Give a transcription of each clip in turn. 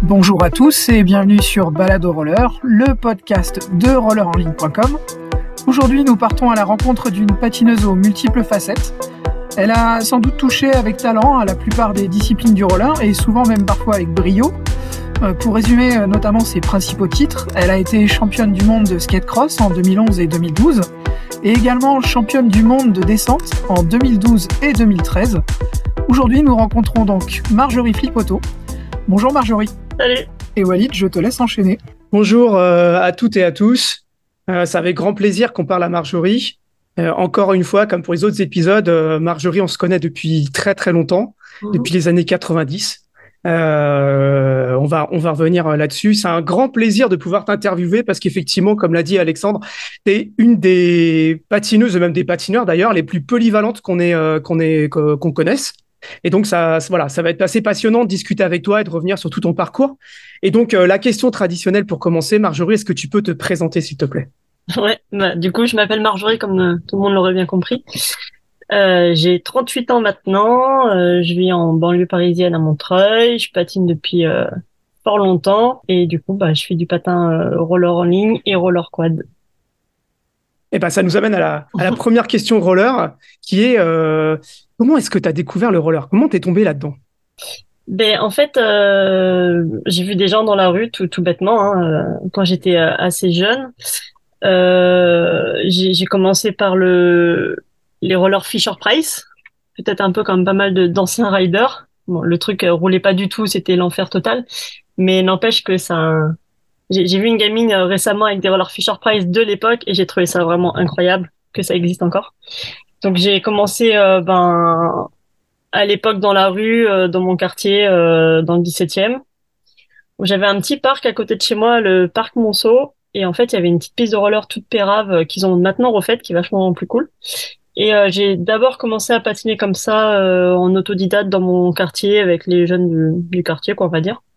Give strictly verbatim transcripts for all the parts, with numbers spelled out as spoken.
Bonjour à tous et bienvenue sur Balado Roller, le podcast de roller en ligne point com. Aujourd'hui, nous partons à la rencontre d'une patineuse aux multiples facettes. Elle a sans doute touché avec talent à la plupart des disciplines du roller et souvent même parfois avec brio. Pour résumer notamment ses principaux titres, elle a été championne du monde de skate cross en deux mille onze et deux mille douze et également championne du monde de descente en deux mille douze et deux mille treize. Aujourd'hui, nous rencontrons donc Marjorie Flippotto. Bonjour Marjorie. Salut. Et Walid, je te laisse enchaîner. Bonjour euh, à toutes et à tous. Euh, c'est avec grand plaisir qu'on parle à Marjorie. Euh, encore une fois, comme pour les autres épisodes, euh, Marjorie, on se connaît depuis très très longtemps, mmh. depuis les années quatre-vingt-dix. Euh, on va on va revenir là-dessus. C'est un grand plaisir de pouvoir t'interviewer parce qu'effectivement, comme l'a dit Alexandre, t'es une des patineuses, même des patineurs d'ailleurs, les plus polyvalentes qu'on ait euh, qu'on ait qu'on connaisse. Et donc, ça, voilà, ça va être assez passionnant de discuter avec toi et de revenir sur tout ton parcours. Et donc, euh, la question traditionnelle pour commencer, Marjorie, est-ce que tu peux te présenter, s'il te plaît? Ouais, bah, du coup, je m'appelle Marjorie, comme euh, tout le monde l'aurait bien compris. Euh, j'ai trente-huit ans maintenant. Euh, je vis en banlieue parisienne à Montreuil. Je patine depuis euh, fort longtemps. Et du coup, bah, je fais du patin euh, roller en ligne et roller quad. Eh ben, ça nous amène à la, à la première question roller, qui est euh, comment est-ce que tu as découvert le roller? Comment t'es tombé là-dedans? Ben, en fait, euh, j'ai vu des gens dans la rue, tout, tout bêtement, hein, euh, quand j'étais euh, assez jeune. Euh, j'ai, j'ai commencé par le les rollers Fisher-Price, peut-être un peu comme pas mal de, d'anciens riders. Bon, le truc euh, roulait pas du tout, c'était l'enfer total. Mais n'empêche que ça... J'ai, j'ai vu une gamine euh, récemment avec des rollers Fisher-Price de l'époque et j'ai trouvé ça vraiment incroyable que ça existe encore. Donc j'ai commencé euh, ben à l'époque dans la rue, euh, dans mon quartier, euh, dans le dix-septième, où j'avais un petit parc à côté de chez moi, le parc Monceau. Et en fait, il y avait une petite piste de roller toute pérave euh, qu'ils ont maintenant refaite, qui est vachement plus cool. Et euh, j'ai d'abord commencé à patiner comme ça, euh, en autodidacte dans mon quartier, avec les jeunes du, du quartier, quoi, on va dire.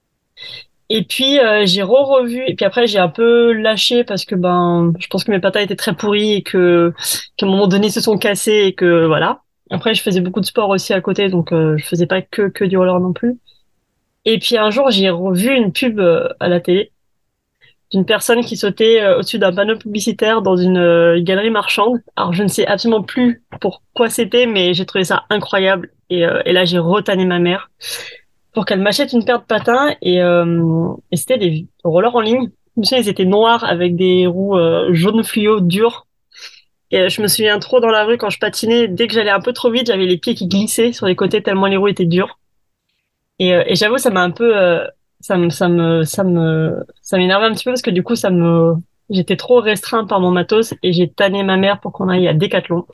Et puis euh, j'ai re-revu, et puis après j'ai un peu lâché parce que ben je pense que mes patins étaient très pourris et que qu'à un moment donné ils se sont cassés et que voilà. Après je faisais beaucoup de sport aussi à côté, donc euh, je faisais pas que que du roller non plus. Et puis un jour j'ai revu une pub euh, à la télé d'une personne qui sautait euh, au-dessus d'un panneau publicitaire dans une euh, galerie marchande. Alors je ne sais absolument plus pourquoi c'était, mais j'ai trouvé ça incroyable. Et, euh, et là j'ai retané ma mère pour qu'elle m'achète une paire de patins. Et, euh, et c'était des rollers en ligne. Je me souviens, ils étaient noirs avec des roues euh, jaune fluo dures. Et euh, je me souviens trop dans la rue quand je patinais, dès que j'allais un peu trop vite, j'avais les pieds qui glissaient sur les côtés tellement les roues étaient dures. Et, euh, et j'avoue, ça m'a un peu, euh, ça me, ça me, ça me, ça m'énervait un petit peu parce que du coup, ça me, j'étais trop restreinte par mon matos et j'ai tanné ma mère pour qu'on aille à Decathlon.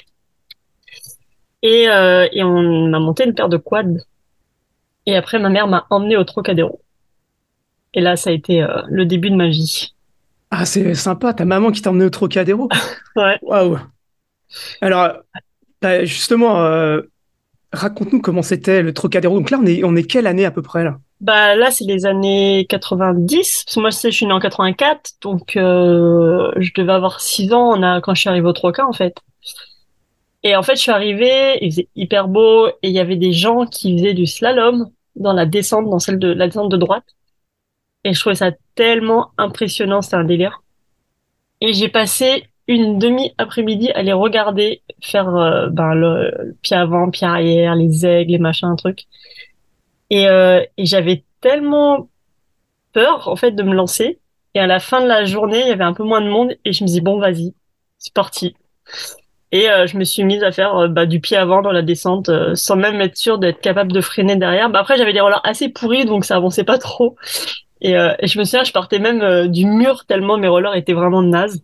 Et, euh, et on m'a monté une paire de quads. Et après, ma mère m'a emmenée au Trocadéro. Et là, ça a été euh, le début de ma vie. Ah, c'est sympa, ta maman qui t'a emmené au Trocadéro. Ouais. Waouh. Alors, bah, justement, euh, raconte-nous comment c'était le Trocadéro. Donc là, on est, on est quelle année à peu près là? Bah là, c'est les années quatre-vingt-dix. Parce que moi, je sais, je suis née en quatre-vingt-quatre, donc euh, je devais avoir six ans on a, quand je suis arrivée au Troca, en fait. Et en fait, je suis arrivée, il faisait hyper beau, et il y avait des gens qui faisaient du slalom dans la descente, dans celle de la descente de droite. Et je trouvais ça tellement impressionnant, c'était un délire. Et j'ai passé une demi-après-midi à les regarder faire euh, ben, le, le pied avant, pied arrière, les aigles, les machins, trucs. Et, euh, et j'avais tellement peur, en fait, de me lancer. Et à la fin de la journée, il y avait un peu moins de monde, et je me dis, bon, vas-y, c'est parti. Et euh, je me suis mise à faire euh, bah, du pied avant dans la descente, euh, sans même être sûre d'être capable de freiner derrière. Bah, après, j'avais des rollers assez pourris, donc ça avançait pas trop. Et, euh, et je me souviens, je partais même euh, du mur tellement mes rollers étaient vraiment nazes.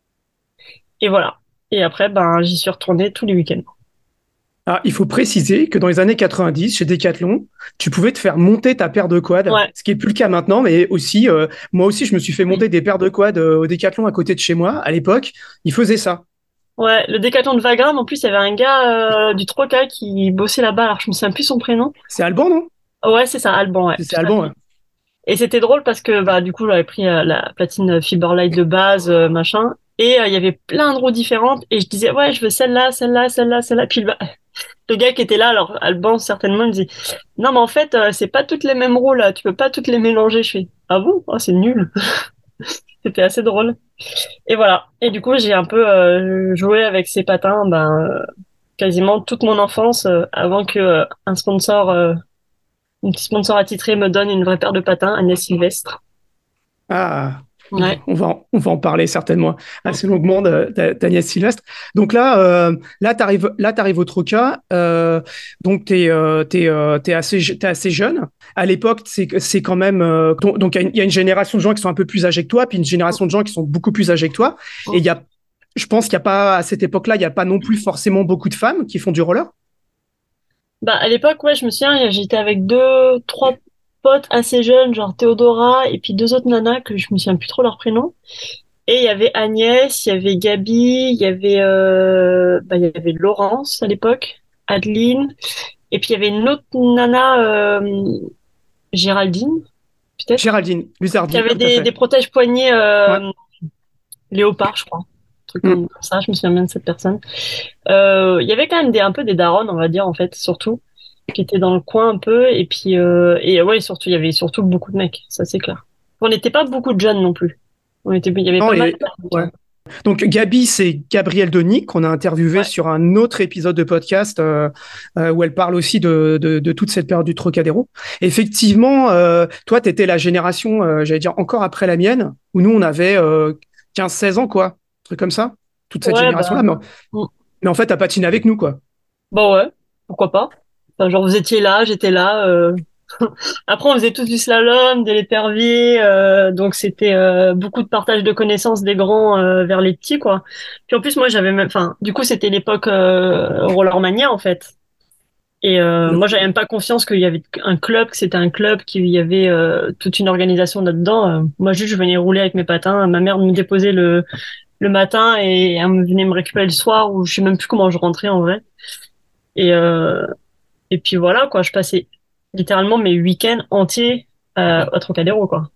Et voilà. Et après, ben, j'y suis retournée tous les week-ends. Ah, il faut préciser que dans les années quatre-vingt-dix, chez Decathlon, tu pouvais te faire monter ta paire de quads, Ouais. ce qui est plus le cas maintenant, mais aussi, euh, moi aussi, je me suis fait monter des paires de quads euh, au Decathlon à côté de chez moi. À l'époque, ils faisaient ça. Ouais, le Décathlon de Wagram, en plus, il y avait un gars euh, du Troca qui bossait là-bas, alors je me souviens plus son prénom. C'est Alban, non? Ouais, c'est ça, Alban, ouais. C'est Tout à Alban, fait. ouais. Et c'était drôle parce que bah du coup j'avais pris euh, la platine Fiberlight de base, euh, machin, et euh, il y avait plein de roues différentes et je disais ouais je veux celle-là, celle-là, celle-là, celle-là. Puis le, Le gars qui était là, alors Alban certainement, il me disait non mais en fait euh, c'est pas toutes les mêmes roues là, tu peux pas toutes les mélanger. Je fais ah bon? Oh, c'est nul. C'était assez drôle. Et voilà. Et du coup j'ai un peu euh, joué avec ces patins ben euh, quasiment toute mon enfance euh, avant que euh, un sponsor, euh, un petit sponsor attitré me donne une vraie paire de patins, Agnès Sylvestre. Ah, Ouais. on va, en- on va en parler certainement assez longuement de- de- d'Agnès Sylvestre. Donc là, euh, là, t'arrives, là, t'arrives au Troca. Euh, donc t'es, euh, t'es, euh, t'es assez, je- t'es assez jeune. À l'époque, c'est, c'est quand même. euh, donc donc il y, a une il y a une génération de gens qui sont un peu plus âgés que toi, puis une génération de gens qui sont beaucoup plus âgés que toi. Et il y a, je pense qu'il y a pas à cette époque-là, il y a pas non plus forcément beaucoup de femmes qui font du roller. Bah, à l'époque, ouais, je me souviens, j'étais avec deux, trois potes assez jeunes, genre Théodora et puis deux autres nanas que je me souviens plus trop leur prénom. Et il y avait Agnès, il y avait Gabi, il y avait, euh, bah, il y avait Laurence à l'époque, Adeline, et puis il y avait une autre nana, euh, Géraldine, peut-être, Géraldine, qui Luzardi, avait tout à des, des fait. protège-poignets, Ouais. euh, léopard, je crois. Un truc Mm. comme ça, je me souviens bien de cette personne. Euh, il y avait quand même des, un peu des darons, on va dire, en fait, surtout, qui étaient dans le coin un peu. Et puis, euh, et ouais, surtout, il y avait surtout beaucoup de mecs, ça c'est clair. On n'était pas beaucoup de jeunes non plus. On était, il y avait Non, pas mal et, de ouais. jeunes. Donc Gabi, c'est Gabrielle Denis qu'on a interviewé Ouais. sur un autre épisode de podcast euh, euh, où elle parle aussi de, de, de toute cette période du Trocadéro. Effectivement, euh, toi, tu étais la génération, euh, j'allais dire encore après la mienne, où nous, on avait euh, quinze seize ans, quoi. Un truc comme ça. Toute cette Ouais, bah, génération-là. Mais, mm. mais en fait, t'as patiné avec nous, quoi. Bon, ouais, pourquoi pas. Enfin, genre, vous étiez là, j'étais là. euh. Après, on faisait tous du slalom, de l'épervier, euh, donc c'était euh, beaucoup de partage de connaissances des grands euh, vers les petits, quoi. Puis en plus, moi, j'avais même, enfin, du coup, c'était l'époque euh, Rollermania, en fait. Et euh, moi, j'avais même pas conscience qu'il y avait un club, que c'était un club, qu'il y avait euh, toute une organisation là-dedans. Euh, moi, juste, je venais rouler avec mes patins. Ma mère me déposait le, le matin et elle me venait me récupérer le soir, ou je sais même plus comment je rentrais en vrai. Et, euh, et puis voilà, quoi. Je passais littéralement mes week-ends entiers euh, à Trocadéro, quoi.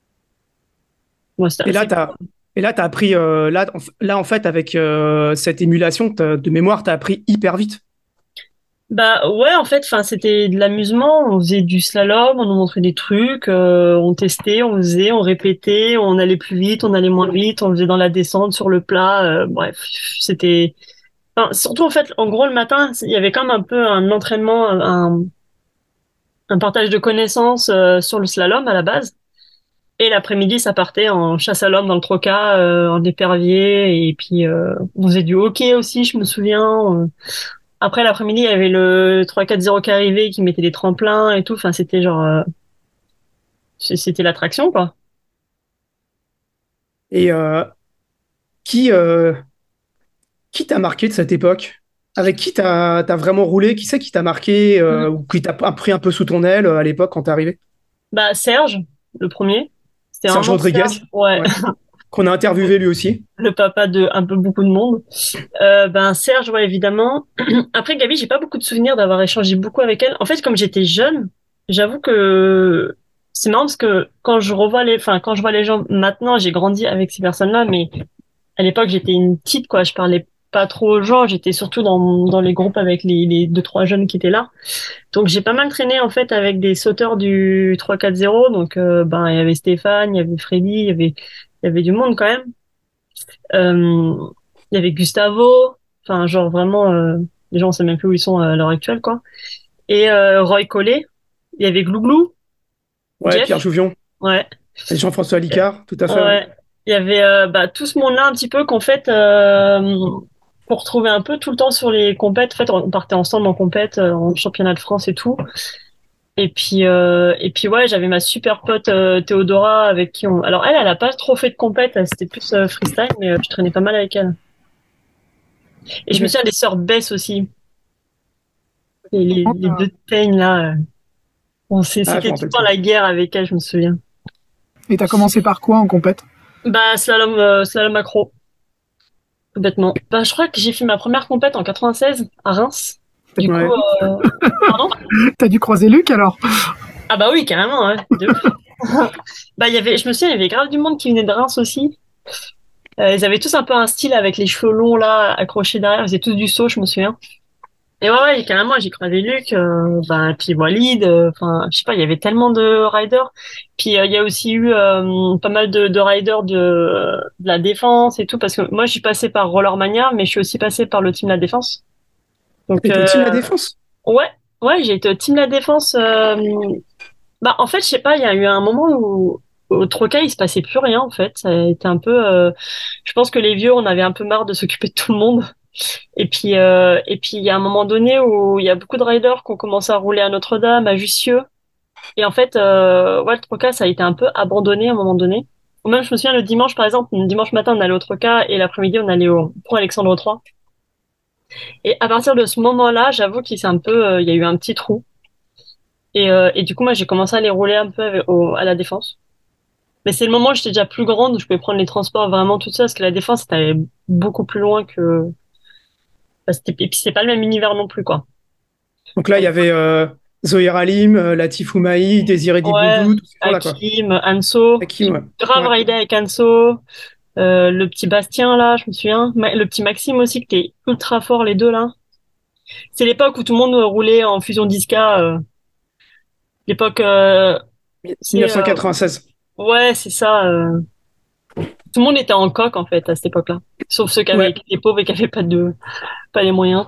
Moi, c'était Et là, assez t'as, cool. et là, t'as appris, euh, là, en, là, en fait, avec euh, cette émulation t'as- de mémoire, t'as appris hyper vite. Bah ouais, en fait, enfin, c'était de l'amusement. On faisait du slalom, on nous montrait des trucs, euh, on testait, on faisait, on répétait, on allait plus vite, on allait moins vite, on faisait dans la descente, sur le plat. Euh, bref, c'était. Enfin, surtout en fait, en gros, le matin, il y avait quand même un peu un entraînement, un, un partage de connaissances euh, sur le slalom à la base. Et l'après-midi, ça partait en chasse à l'homme dans le troca, euh, en épervier, et puis euh, on faisait du hockey aussi, je me souviens. euh, Après, l'après-midi, il y avait le trois quatre zéro qui arrivait, qui mettait des tremplins et tout. Enfin, c'était genre, euh, c- c'était l'attraction, quoi. Et euh, qui, euh, qui t'a marqué de cette époque? Avec qui t'as t'as vraiment roulé? Qui c'est qui t'a marqué euh, Mm. ou qui t'a pris un peu sous ton aile euh, à l'époque quand t'es arrivé? Bah, Serge, le premier. C'était Serge vraiment Rodriguez, Serge. Ouais. ouais, qu'on a interviewé lui aussi. Le papa de un peu beaucoup de monde. Euh, ben, Serge, ouais, évidemment. Après, Gabi, j'ai pas beaucoup de souvenirs d'avoir échangé beaucoup avec elle. En fait, comme j'étais jeune, j'avoue que c'est marrant parce que quand je revois les, enfin, quand je vois les gens maintenant, j'ai grandi avec ces personnes-là, mais à l'époque, j'étais une petite, quoi. Je parlais pas trop aux gens. J'étais surtout dans, dans les groupes avec les, les deux, trois jeunes qui étaient là. Donc, j'ai pas mal traîné, en fait, avec des sauteurs du trois quatre zéro. Donc, euh, ben, il y avait Stéphane, il y avait Freddy, il y avait, il y avait du monde quand même. Euh, il y avait Gustavo. Enfin, genre vraiment, euh, les gens, on sait même plus où ils sont à l'heure actuelle, quoi. Et euh, Roy Collet. Il y avait Glouglou, Ouais, Pierre Jeff. Jouvion, Ouais. et Jean-François Licard, tout à fait. Ouais. Ouais. Il y avait euh, bah, tout ce monde-là un petit peu qu'en fait, euh, qu'on retrouvait un peu tout le temps sur les compètes. En fait, on partait ensemble en compète, euh, en championnat de France et tout. Et puis, euh, et puis ouais, j'avais ma super pote euh, Théodora avec qui on. Alors elle, elle a pas trop fait de compète, elle, c'était plus euh, freestyle, mais euh, je traînais pas mal avec elle. Et je me Ok. souviens des sœurs Bess aussi, les, les, les Euh, deux teignes là. euh, On s'est- Ah, je c'était me tout le rappelle temps plus. la guerre avec elle, je me souviens. Et t'as commencé par quoi en compète? Bah slalom, euh, slalom accro, tout bêtement. Bah je crois que j'ai fait ma première compète en quatre-vingt-seize à Reims. Du coup, Ouais. euh... pardon? T'as dû croiser Luc alors? Ah bah oui, carrément, ouais, de ouf. Bah il y avait, je me souviens, il y avait grave du monde qui venait de Reims aussi. Euh, ils avaient tous un peu un style avec les cheveux longs là, accrochés derrière. Ils faisaient tous du saut, je me souviens. Et ouais, ouais, carrément, j'ai croisé Luc, euh, bah, puis Walid, euh, enfin, je sais pas, il y avait tellement de riders. Puis euh, il y a aussi eu euh, pas mal de, de riders de, de la défense et tout, parce que moi, je suis passée par Rollermania, mais je suis aussi passée par le team La Défense. Donc, T'étais au euh, team La Défense? ouais, ouais, j'ai été au team La Défense. Euh, bah, en fait, je sais pas, il y a eu un moment où au Troca, il se passait plus rien, en fait. Ça a été un peu, euh, je pense que les vieux, on avait un peu marre de s'occuper de tout le monde. Et puis, euh, et puis il y a un moment donné où il y a beaucoup de riders qui ont commencé à rouler à Notre-Dame, à Jussieu. Et en fait, euh, ouais, le Troca, ça a été un peu abandonné à un moment donné. Ou même, je me souviens, le dimanche, par exemple, le dimanche matin, on allait au Troca et l'après-midi, on allait au Pont Alexandre trois. Et à partir de ce moment-là, j'avoue qu'il s'est un peu, euh, il y a eu un petit trou. Et, euh, et du coup, moi, j'ai commencé à les rouler un peu avec- au- à la Défense. Mais c'est le moment où j'étais déjà plus grande, où je pouvais prendre les transports vraiment tout ça, parce que la Défense, c'était beaucoup plus loin que... Bah, c'était- et puis, c'est pas le même univers non plus, quoi. Donc là, il y avait euh, Zoé Ralim, euh, Latif Oumaï, Désiré Ouais, Diboudou, tous ces gens-là, quoi. Hakim, Anso. Hakim, J'ai ouais. grave Ouais. raidé avec Anso. Euh, le petit Bastien, là, je me souviens. Ma- Le petit Maxime aussi, qui était ultra fort, les deux, là. C'est l'époque où tout le monde roulait en fusion Disca. Euh, l'époque, euh, c'est... euh, mille neuf cent quatre-vingt-seize. ouais, c'est ça. Euh, tout le monde était en coque, en fait, à cette époque-là. Sauf ceux qui avaient, Ouais. qui étaient pauvres et qui avaient pas de, pas les moyens.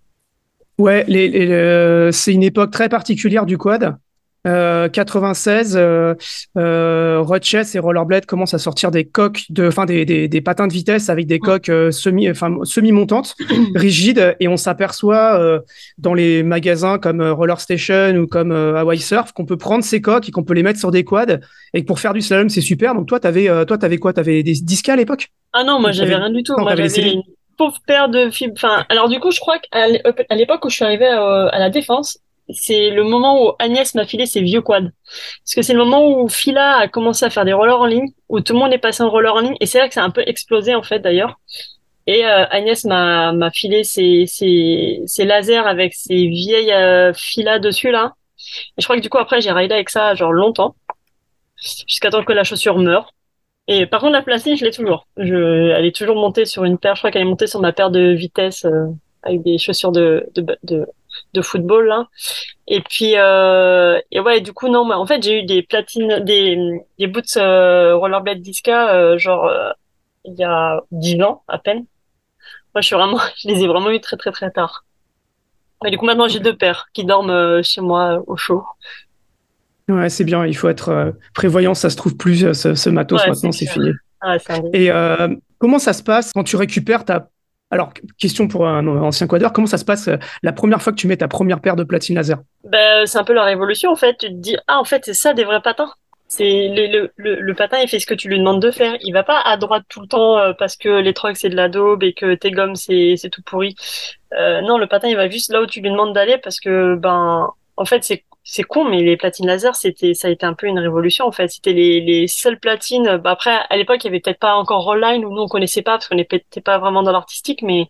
Ouais, les, les- le- c'est une époque très particulière du quad. Euh, quatre-vingt-seize, euh, euh, Roches et Rollerblade commencent à sortir des coques de, enfin des, des, des patins de vitesse avec des Mm. coques euh, semi, enfin semi-montantes, rigides, et on s'aperçoit euh, dans les magasins comme euh, Roller Station ou comme euh, Hawaii Surf qu'on peut prendre ces coques et qu'on peut les mettre sur des quads et que pour faire du slalom c'est super. Donc toi t'avais, euh, toi t'avais quoi? T'avais des disques à l'époque? Ah non, moi Ou j'avais t'avais, rien du tout. non, Moi t'avais les j'avais Céline. une pauvre paire de fibres. Enfin, alors du coup, je crois qu'à l'é- à l'époque où je suis arrivée à, à la Défense, c'est le moment où Agnès m'a filé ses vieux quads. Parce que c'est le moment où Fila a commencé à faire des rollers en ligne, où tout le monde est passé en roller en ligne, et c'est là que ça a un peu explosé en fait d'ailleurs. Et euh, Agnès m'a m'a filé ses, ses, ses lasers avec ses vieilles euh, Fila dessus là. Et je crois que du coup après j'ai raidé avec ça genre longtemps, jusqu'à temps que la chaussure meure. Et par contre, la platine, je l'ai toujours. Je, elle est toujours montée sur une paire. Je crois qu'elle est montée sur ma paire de vitesse euh, avec des chaussures de, de, de, de football là. Et puis, euh, et ouais, du coup, non, mais en fait, j'ai eu des platines, des, des boots euh, rollerblade Disca, euh, genre euh, il y a dix ans à peine. Moi, je suis vraiment, je les ai vraiment eu très très très tard. Mais du coup, maintenant, j'ai deux paires qui dorment euh, chez moi au chaud. Ouais, c'est bien, il faut être euh, prévoyant, ça se trouve plus, euh, ce, ce matos Ouais, maintenant, c'est c'est clair. fini. Ah, c'est un dé. Et euh, comment ça se passe quand tu récupères ta... Alors, question pour un ancien quadeur, comment ça se passe euh, la première fois que tu mets ta première paire de platine laser? Ben, c'est un peu la révolution en fait. Tu te dis, ah en fait c'est ça des vrais patins. C'est le, le, le, le patin il fait ce que tu lui demandes de faire. Il va pas à droite tout le temps euh, parce que les trucks c'est de la daube et que tes gommes c'est c'est tout pourri. Euh, non, le patin il va juste là où tu lui demandes d'aller parce que ben en fait c'est c'est con mais les platines laser c'était ça a été un peu une révolution en fait. C'était les les seules platines. Bah, après à l'époque il y avait peut-être pas encore Rollline ou nous on connaissait pas parce qu'on n'était pas vraiment dans l'artistique mais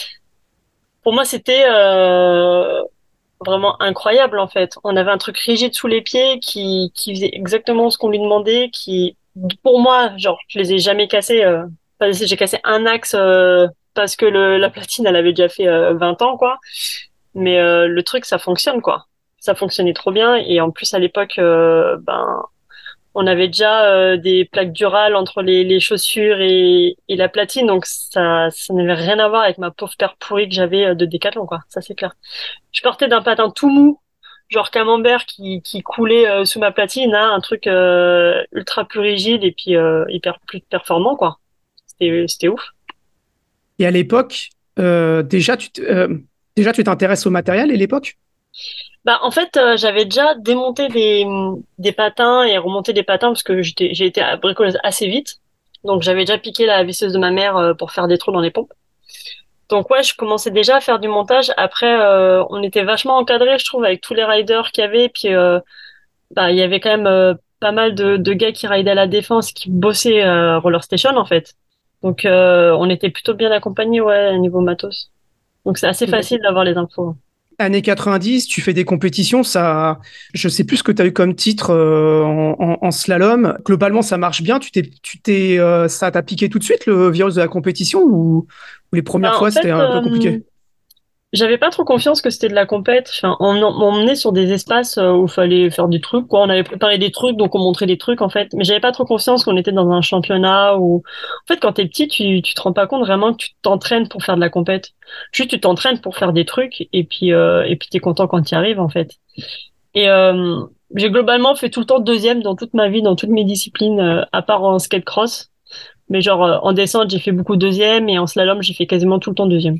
pour moi c'était euh, vraiment incroyable en fait. On avait un truc rigide sous les pieds qui, qui faisait exactement ce qu'on lui demandait, qui, pour moi, genre, je les ai jamais cassés. Euh, enfin, j'ai cassé un axe euh, parce que le, la platine, elle avait déjà fait euh, vingt ans, quoi. Mais euh, le truc, ça fonctionne, quoi. Ça fonctionnait trop bien. Et en plus, à l'époque, euh, ben, on avait déjà euh, des plaques durales entre les, les chaussures et, et la platine, donc ça, ça n'avait rien à voir avec ma pauvre paire pourrie que j'avais euh, de Décathlon, quoi. Ça, c'est clair. Je partais d'un patin tout mou, genre camembert qui, qui coulait euh, sous ma platine, à un truc euh, ultra plus rigide et puis euh, hyper plus performant, quoi. C'était, c'était ouf. Et à l'époque, euh, déjà, tu t- euh, déjà, tu t'intéresses au matériel à l'époque? Bah, en fait, euh, j'avais déjà démonté des, des patins et remonté des patins parce que j'étais, j'ai été à bricoleuse assez vite. Donc, j'avais déjà piqué la visseuse de ma mère euh, pour faire des trous dans les pompes. Donc, ouais, je commençais déjà à faire du montage. Après, euh, on était vachement encadrés, je trouve, avec tous les riders qu'il y avait. Puis, euh, bah, il y avait quand même euh, pas mal de, de gars qui ridaient à la défense, qui bossaient euh, Roller Station, en fait. Donc, euh, on était plutôt bien accompagnés, ouais, niveau matos. Donc, c'est assez facile d'avoir les infos. Années quatre-vingt-dix, tu fais des compétitions, ça, je sais plus ce que tu as eu comme titre euh, en, en- en slalom. Globalement, ça marche bien. Tu t'es, tu t'es, euh, ça t'a piqué tout de suite le virus de la compétition ou, ou les Ben, premières en fois fait, c'était un peu euh, compliqué? J'avais pas trop confiance que c'était de la compète. Enfin, on on m'emmenait sur des espaces euh, où il fallait faire des trucs, quoi. On avait préparé des trucs, donc on montrait des trucs, en fait. Mais j'avais pas trop confiance qu'on était dans un championnat ou, en fait, quand t'es petit, tu, tu te rends pas compte vraiment que tu t'entraînes pour faire de la compète. Juste, tu t'entraînes pour faire des trucs et puis, euh, et puis t'es content quand tu y arrives, en fait. Et, euh, j'ai globalement fait tout le temps deuxième dans toute ma vie, dans toutes mes disciplines, euh, à part en skate cross. Mais genre, euh, en descente, j'ai fait beaucoup deuxième et en slalom, j'ai fait quasiment tout le temps deuxième.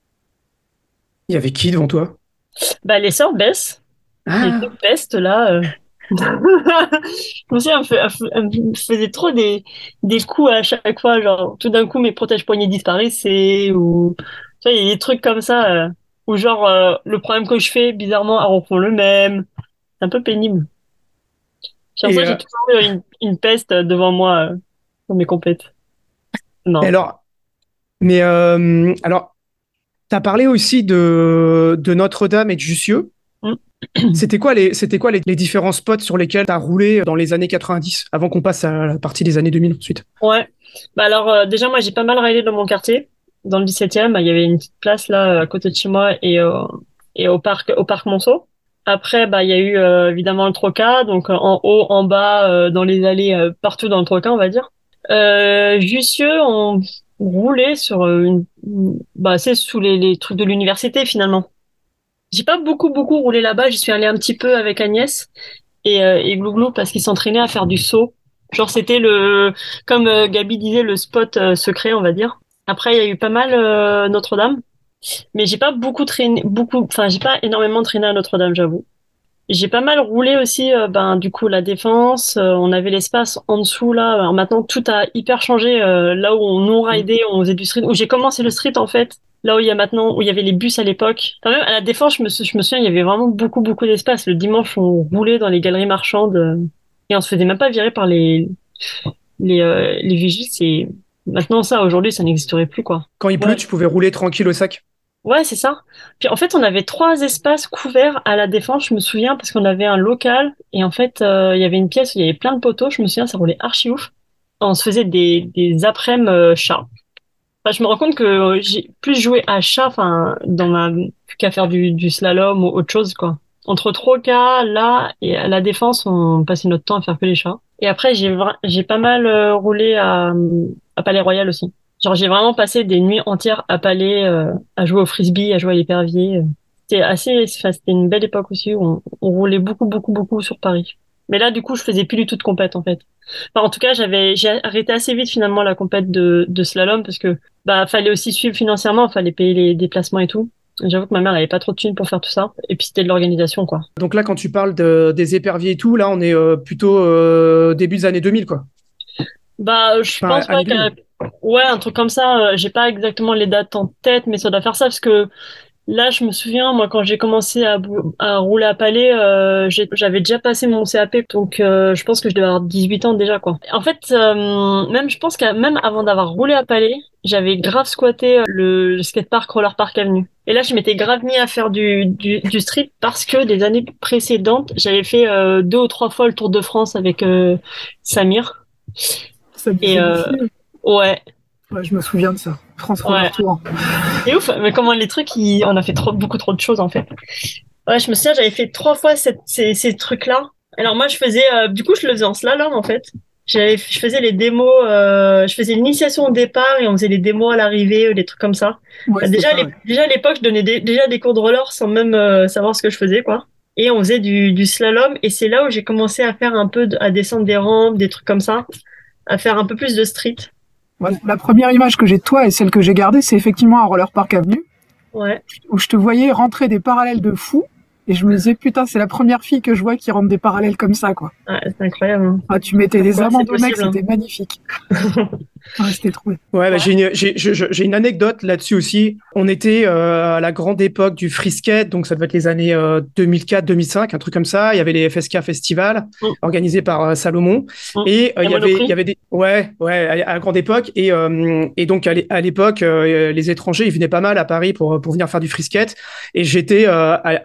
Il y avait qui devant toi? Bah, les sœurs baissent. Les deux Ah, pestes, là. euh. Je me souviens, elle me, fait- elle me- elle me faisait trop des, des coups à chaque fois. Genre, tout d'un coup, mes protège-poignets disparaissaient. Ou, tu vois, il y a des trucs comme ça. Euh, ou genre, euh, le problème que je fais, bizarrement, elles refont le même. C'est un peu pénible. J'ai et, l'impression que euh, j'ai toujours eu une, une peste devant moi euh, dans mes compètes. et Non. alors, mais euh, alors, tu as parlé aussi de, de Notre-Dame et de Jussieu. Mm. C'était quoi les, c'était quoi les, les différents spots sur lesquels tu as roulé dans les années quatre-vingt-dix, avant qu'on passe à la partie des années deux mille ensuite? Ouais. Bah alors, euh, déjà, moi, j'ai pas mal raidé dans mon quartier. Dans le dix-septième, il y avait une petite place là, à côté de chez moi et, euh, et au parc, au parc Monceau. Après, bah, il y a eu euh, évidemment le Troca, donc euh, en haut, en bas, euh, dans les allées, euh, partout dans le Troca, on va dire. Euh, Jussieu, on roulait sur euh, une, une- bah, c'est sous les, les trucs de l'université finalement. J'ai pas beaucoup beaucoup roulé là-bas. J'y suis allée un petit peu avec Agnès et, euh, et Glouglou parce qu'ils s'entraînaient à faire du saut. Genre c'était le, comme euh, Gabi disait, le spot euh, secret, on va dire. Après, il y a eu pas mal euh, Notre-Dame, mais j'ai pas beaucoup traîné, beaucoup, enfin j'ai pas énormément traîné à Notre-Dame, j'avoue. J'ai pas mal roulé aussi, euh, ben du coup la Défense. Euh, on avait l'espace en dessous là. Alors maintenant tout a hyper changé. Euh, là où on non ridait, on faisait du street. Où j'ai commencé le street en fait. Là où il y a maintenant, où il y avait les bus à l'époque. Quand même à la Défense, je me, sou- je me souviens, il y avait vraiment beaucoup beaucoup d'espace. Le dimanche, on roulait dans les galeries marchandes euh, et on se faisait même pas virer par les les euh, les vigiles. C'est maintenant ça. Aujourd'hui, ça n'existerait plus quoi. Quand il pleut, Ouais. tu pouvais rouler tranquille au sac. Ouais, c'est ça. Puis en fait, on avait trois espaces couverts à la Défense, je me souviens, parce qu'on avait un local et en fait, euh, il y avait une pièce où il y avait plein de poteaux. Je me souviens, ça roulait archi ouf. On se faisait des des après-midi euh, chats. Enfin, je me rends compte que euh, j'ai plus joué à chat, enfin, dans ma qu'à faire du du slalom ou autre chose quoi. Entre Troca, là et à la Défense, on passait notre temps à faire que les chats. Et après, j'ai vra- j'ai pas mal euh, roulé à à Palais Royal aussi. Genre, j'ai vraiment passé des nuits entières à Palais, euh, à jouer au frisbee, à jouer à l'épervier. C'était assez, enfin, c'était une belle époque aussi où on, on roulait beaucoup, beaucoup, beaucoup sur Paris. Mais là, du coup, je faisais plus du tout de compète, en fait. Enfin, en tout cas, j'avais, j'ai arrêté assez vite, finalement, la compète de, de slalom parce que, bah, fallait aussi suivre financièrement, fallait payer les déplacements et tout. J'avoue que ma mère n'avait pas trop de thunes pour faire tout ça. Et puis, c'était de l'organisation, quoi. Donc là, quand tu parles de, des éperviers et tout, là, on est euh, plutôt euh, début des années deux mille, quoi. Bah, je Enfin, pense, ouais, année deux mille. que, ouais, un truc comme ça, euh, j'ai pas exactement les dates en tête, mais ça doit faire ça parce que, là, je me souviens, moi, quand j'ai commencé à, bou- à rouler à Palais, euh, j'ai- j'avais déjà passé mon C A P, donc euh, je pense que je devais avoir dix-huit ans déjà, quoi. En fait, euh, même, je pense que même avant d'avoir roulé à Palais, j'avais grave squatté euh, le, le skatepark Roller Park Avenue. Et là, je m'étais grave mis à faire du, du, du street parce que des années précédentes, j'avais fait euh, deux ou trois fois le Tour de France avec euh, Samir. Ça me Et faisait euh, défiler. ouais, Ouais, je me souviens de ça. France ouais. Roller Tour. C'est ouf, mais comment les trucs, ils- on a fait trop, beaucoup trop de choses en fait. Ouais, je me souviens, j'avais fait trois fois cette, ces, ces trucs-là. Alors moi, je faisais, euh, du coup, je le faisais en slalom en fait. J'avais, je faisais les démos, euh, je faisais l'initiation au départ et on faisait les démos à l'arrivée, euh, des trucs comme ça. Ouais, Bah, c'était déjà, ça, les- ouais. déjà à l'époque, je donnais des- déjà des cours de roller sans même euh, savoir ce que je faisais, quoi. Et on faisait du, du slalom et c'est là où j'ai commencé à faire un peu, de- à descendre des rampes, des trucs comme ça, à faire un peu plus de street. Ouais, la première image que j'ai de toi et celle que j'ai gardée, c'est effectivement à Roller Park Avenue, Ouais. où je te voyais rentrer des parallèles de fou. Et je me disais, putain, c'est la première fille que je vois qui rentre des parallèles comme ça, quoi. Ouais, c'est incroyable, hein. Ah, tu mettais Comme des quoi, c'est amendes au mec, possible, hein. c'était magnifique. Ouais, c'était trop bien. Ouais, bah, Ouais. j'ai une, j'ai, je- je- j'ai une anecdote là-dessus aussi. On était euh, à la grande époque du free skate, donc ça devait être les années euh, deux mille quatre, deux mille cinq, un truc comme ça. Il y avait les F S K Festival Mm, organisés par euh, Salomon, mm. et euh, Et il y avait, il y Monoprix. avait des, ouais, ouais, à, à la grande époque, et euh, et donc à l'é- à l'époque, euh, les étrangers, ils venaient pas mal à Paris pour pour venir faire du free skate, et j'étais euh, à, à cette époque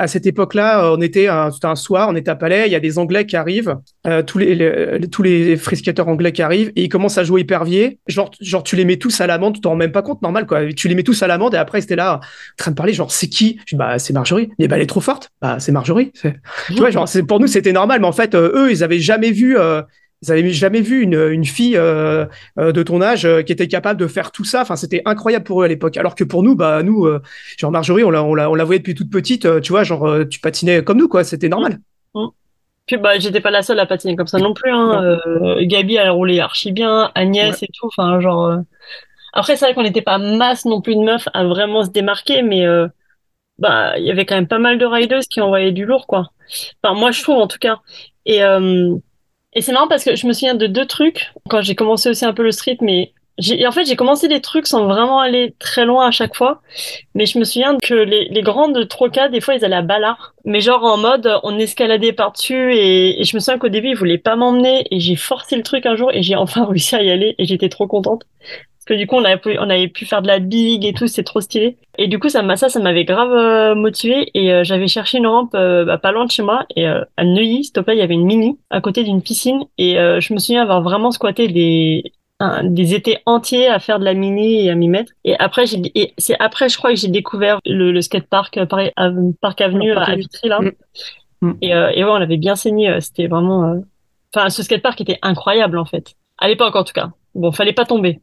époque-là, euh, on était, un, c'était un soir, on était à Palais, il y a des Anglais qui arrivent, euh, tous les, les tous les free-skateurs anglais qui arrivent et ils commencent à jouer épervier. Genre, genre tu les mets tous à l'amende, tu t'en rends même pas compte, normal quoi. Tu les mets tous à l'amende et après c'était là en train de parler, genre c'est qui? Je dis, bah c'est Marjorie. Et bah elle est trop forte. Bah c'est Marjorie. C'est... Tu vois, genre c'est pour nous c'était normal, mais en fait euh, eux ils avaient jamais vu. Euh, Ils avaient jamais vu une, une fille euh, euh, de ton âge euh, qui était capable de faire tout ça. Enfin, c'était incroyable pour eux à l'époque. Alors que pour nous, bah nous, euh, genre Marjorie, on la, on la, on la voyait depuis toute petite. Euh, tu vois, genre euh, tu patinais comme nous, quoi. C'était normal. Mmh. Puis bah j'étais pas la seule à patiner comme ça non plus. Hein. Euh, Gabi elle roulait archi bien, Agnès Ouais. et tout. Enfin genre. euh, Après c'est vrai qu'on n'était pas masse non plus de meufs à vraiment se démarquer, mais euh, bah il y avait quand même pas mal de riders qui envoyaient du lourd quoi. Enfin moi je trouve en tout cas. Et euh, Et c'est marrant parce que je me souviens de deux trucs quand j'ai commencé aussi un peu le street, mais j'ai, en fait, j'ai commencé des trucs sans vraiment aller très loin à chaque fois. Mais je me souviens que les, les grandes trocas, des fois, ils allaient à Ballard. Mais genre en mode, on escaladait par-dessus et, et je me souviens qu'au début, ils voulaient pas m'emmener et j'ai forcé le truc un jour et j'ai enfin réussi à y aller et j'étais trop contente. Parce que du coup, on avait pu, on avait pu faire de la big et tout, c'est trop stylé. Et du coup, ça m'a, ça, ça m'avait grave euh, motivé. Et euh, j'avais cherché une rampe euh, bah, pas loin de chez moi. Et euh, à Neuilly, s'il te plaît, il y avait une mini à côté d'une piscine. Et euh, je me souviens avoir vraiment squatté des un- des étés entiers à faire de la mini et à m'y mettre. Et après, j'ai, et c'est après, je crois que j'ai découvert le, le skatepark euh, Paris, Ave- Parc Avenue Alors, pas à, à connu. Vitry là. Mm, mm. Et, euh, et ouais, on avait bien saigné. euh, C'était vraiment. euh, Enfin, ce skatepark était incroyable en fait. À l'époque, en tout cas. Bon, fallait pas tomber.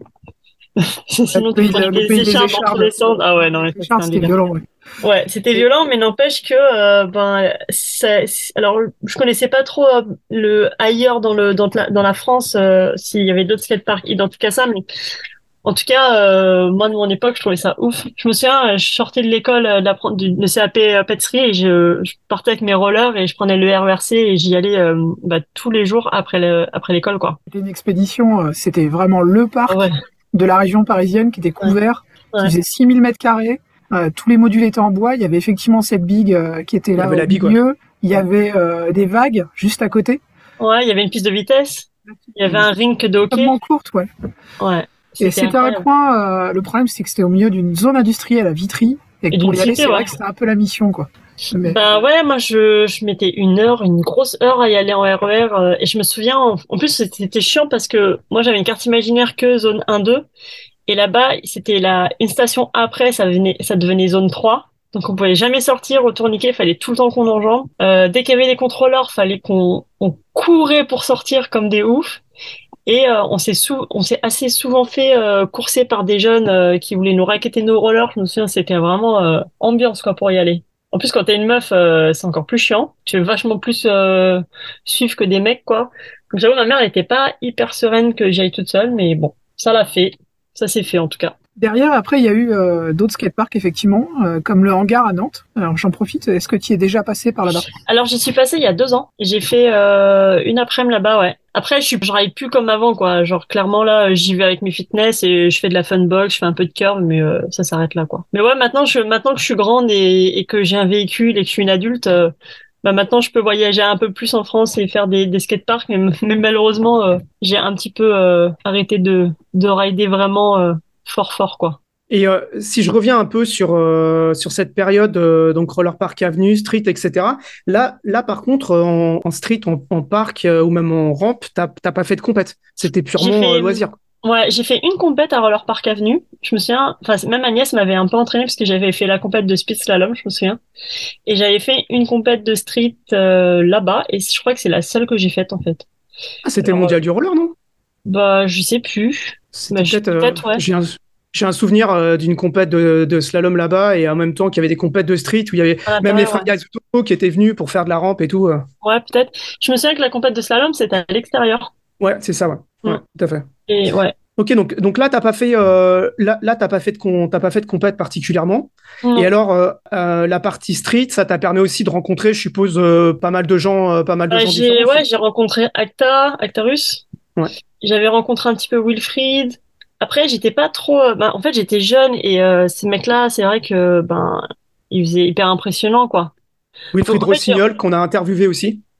Le Sinon, tu pays, prenais le des pays des écharpes dans tous échardes. les sens. Ah ouais, non, mais ça, Les c'était échardes, un c'était délire. violent, ouais. Ouais, c'était Et violent, mais n'empêche que, euh, ben, ça, c'est- alors, je connaissais pas trop euh, le ailleurs dans le dans la, dans la France euh, s'il y avait d'autres skateparks identiques à ça, mais en tout cas, euh, moi de mon époque, je trouvais ça ouf. Je me souviens, euh, je sortais de l'école, euh, d'apprendre du le C A P euh, pâtisserie et je, je partais avec mes rollers et je prenais le R E R C et j'y allais euh, bah, tous les jours après le après l'école, quoi. c'était une expédition, euh, c'était vraiment le Ah ouais, parc de la région parisienne qui était ouais, couvert, qui ouais. faisait six mille mètres carrés. Euh, tous les modules étaient en bois. Il y avait effectivement cette big euh, qui était Il y là avait au la big, ouais. milieu. Il y avait euh, des vagues juste à côté. Ouais, il y avait une piste de vitesse, il y avait un rink de hockey. Extrêmement courte, ouais. Ouais, Et c'était c'était un incroyable. coin, euh, le problème c'est que c'était au milieu d'une zone industrielle à Vitry, et que Et pour d'une y aller, cité, c'est ouais. vrai que c'était un peu la mission, quoi. Mais Ben ouais, moi je, je mettais une heure, une grosse heure à y aller en R E R. euh, et je me souviens, en, en plus c'était c'était chiant parce que moi j'avais une carte imaginaire que zone un deux. Et là-bas, c'était la, une station après, ça venait, ça devenait zone trois. Donc on pouvait jamais sortir au tourniquet, fallait tout le temps qu'on enjambe. Euh, dès qu'il y avait des contrôleurs, fallait qu'on on courait pour sortir comme des oufs. Et euh, on s'est sou on s'est assez souvent fait euh, courser par des jeunes euh, qui voulaient nous raqueter nos rollers. Je me souviens, c'était vraiment euh, ambiance quoi pour y aller. En plus, quand t'es une meuf, euh, c'est encore plus chiant. Tu veux vachement plus euh, suivre que des mecs, quoi. Donc j'avoue, ma mère n'était pas hyper sereine que j'aille toute seule, mais bon, ça l'a fait. Ça s'est fait en tout cas. derrière, après, il y a eu euh, d'autres skateparks, effectivement, euh, comme le hangar à Nantes. Alors j'en profite, est-ce que tu y es déjà passé par là-bas? Alors j'y suis passée il y a deux ans. J'ai fait euh, une après-midi là-bas, ouais. Après, je suis, je ride plus comme avant, quoi. Genre clairement là, j'y vais avec mes fitness et je fais de la fun box, je fais un peu de curve, mais euh, ça s'arrête là, quoi. Mais ouais, maintenant, je, maintenant que je suis grande et, et que j'ai un véhicule et que je suis une adulte, euh, bah maintenant je peux voyager un peu plus en France et faire des, des skateparks. Mais, mais malheureusement, euh, j'ai un petit peu euh, arrêté de de rider vraiment euh, fort fort, quoi. Et euh, si je reviens un peu sur euh, sur cette période, euh, donc Roller Park Avenue, Street, et cetera. Là, là par contre, euh, en, en street, en, en parc euh, ou même en rampe, t'as t'as pas fait de compète. C'était J'ai purement euh, fait, loisir. ouais, j'ai fait une compète à Roller Park Avenue. Je me souviens, enfin, même Agnès m'avait un peu entraînée parce que j'avais fait la compète de speed slalom, je me souviens. Et j'avais fait une compète de street euh, là-bas et je crois que c'est la seule que j'ai faite en fait. Ah, c'était le Alors, euh, mondial du roller, non? bah, je sais plus. Bah, C'était je- peut-être. Euh, peut-être, ouais. j'ai un j'ai un souvenir euh, d'une compète de, de slalom là-bas et en même temps qu'il y avait des compètes de street où il y avait À même les l'intérieur, ouais. fringales auto qui étaient venus pour faire de la rampe et tout. euh. Ouais, peut-être. Je me souviens que la compète de slalom, c'était à l'extérieur. Ouais, c'est ça, ouais. Ouais, Mm. tout à fait. Et ouais. Ok, donc, donc là, t'as pas fait, euh, là, là, t'as pas fait de con, t'as pas fait de compète particulièrement. Et Non. alors, euh, euh, la partie street, ça t'a permis aussi de rencontrer, je suppose, euh, pas mal de gens, euh, pas mal de Euh, gens j'ai, différents. ouais, j'ai rencontré Acta, Actarus. Ouais. J'avais rencontré un petit peu Wilfried. Après, j'étais pas trop. euh, Ben, en fait, j'étais jeune et euh, ces mecs-là, c'est vrai que ben, ils faisaient hyper impressionnant, quoi. Donc Wilfried en fait, j'ai- Rossignol, qu'on a interviewé aussi.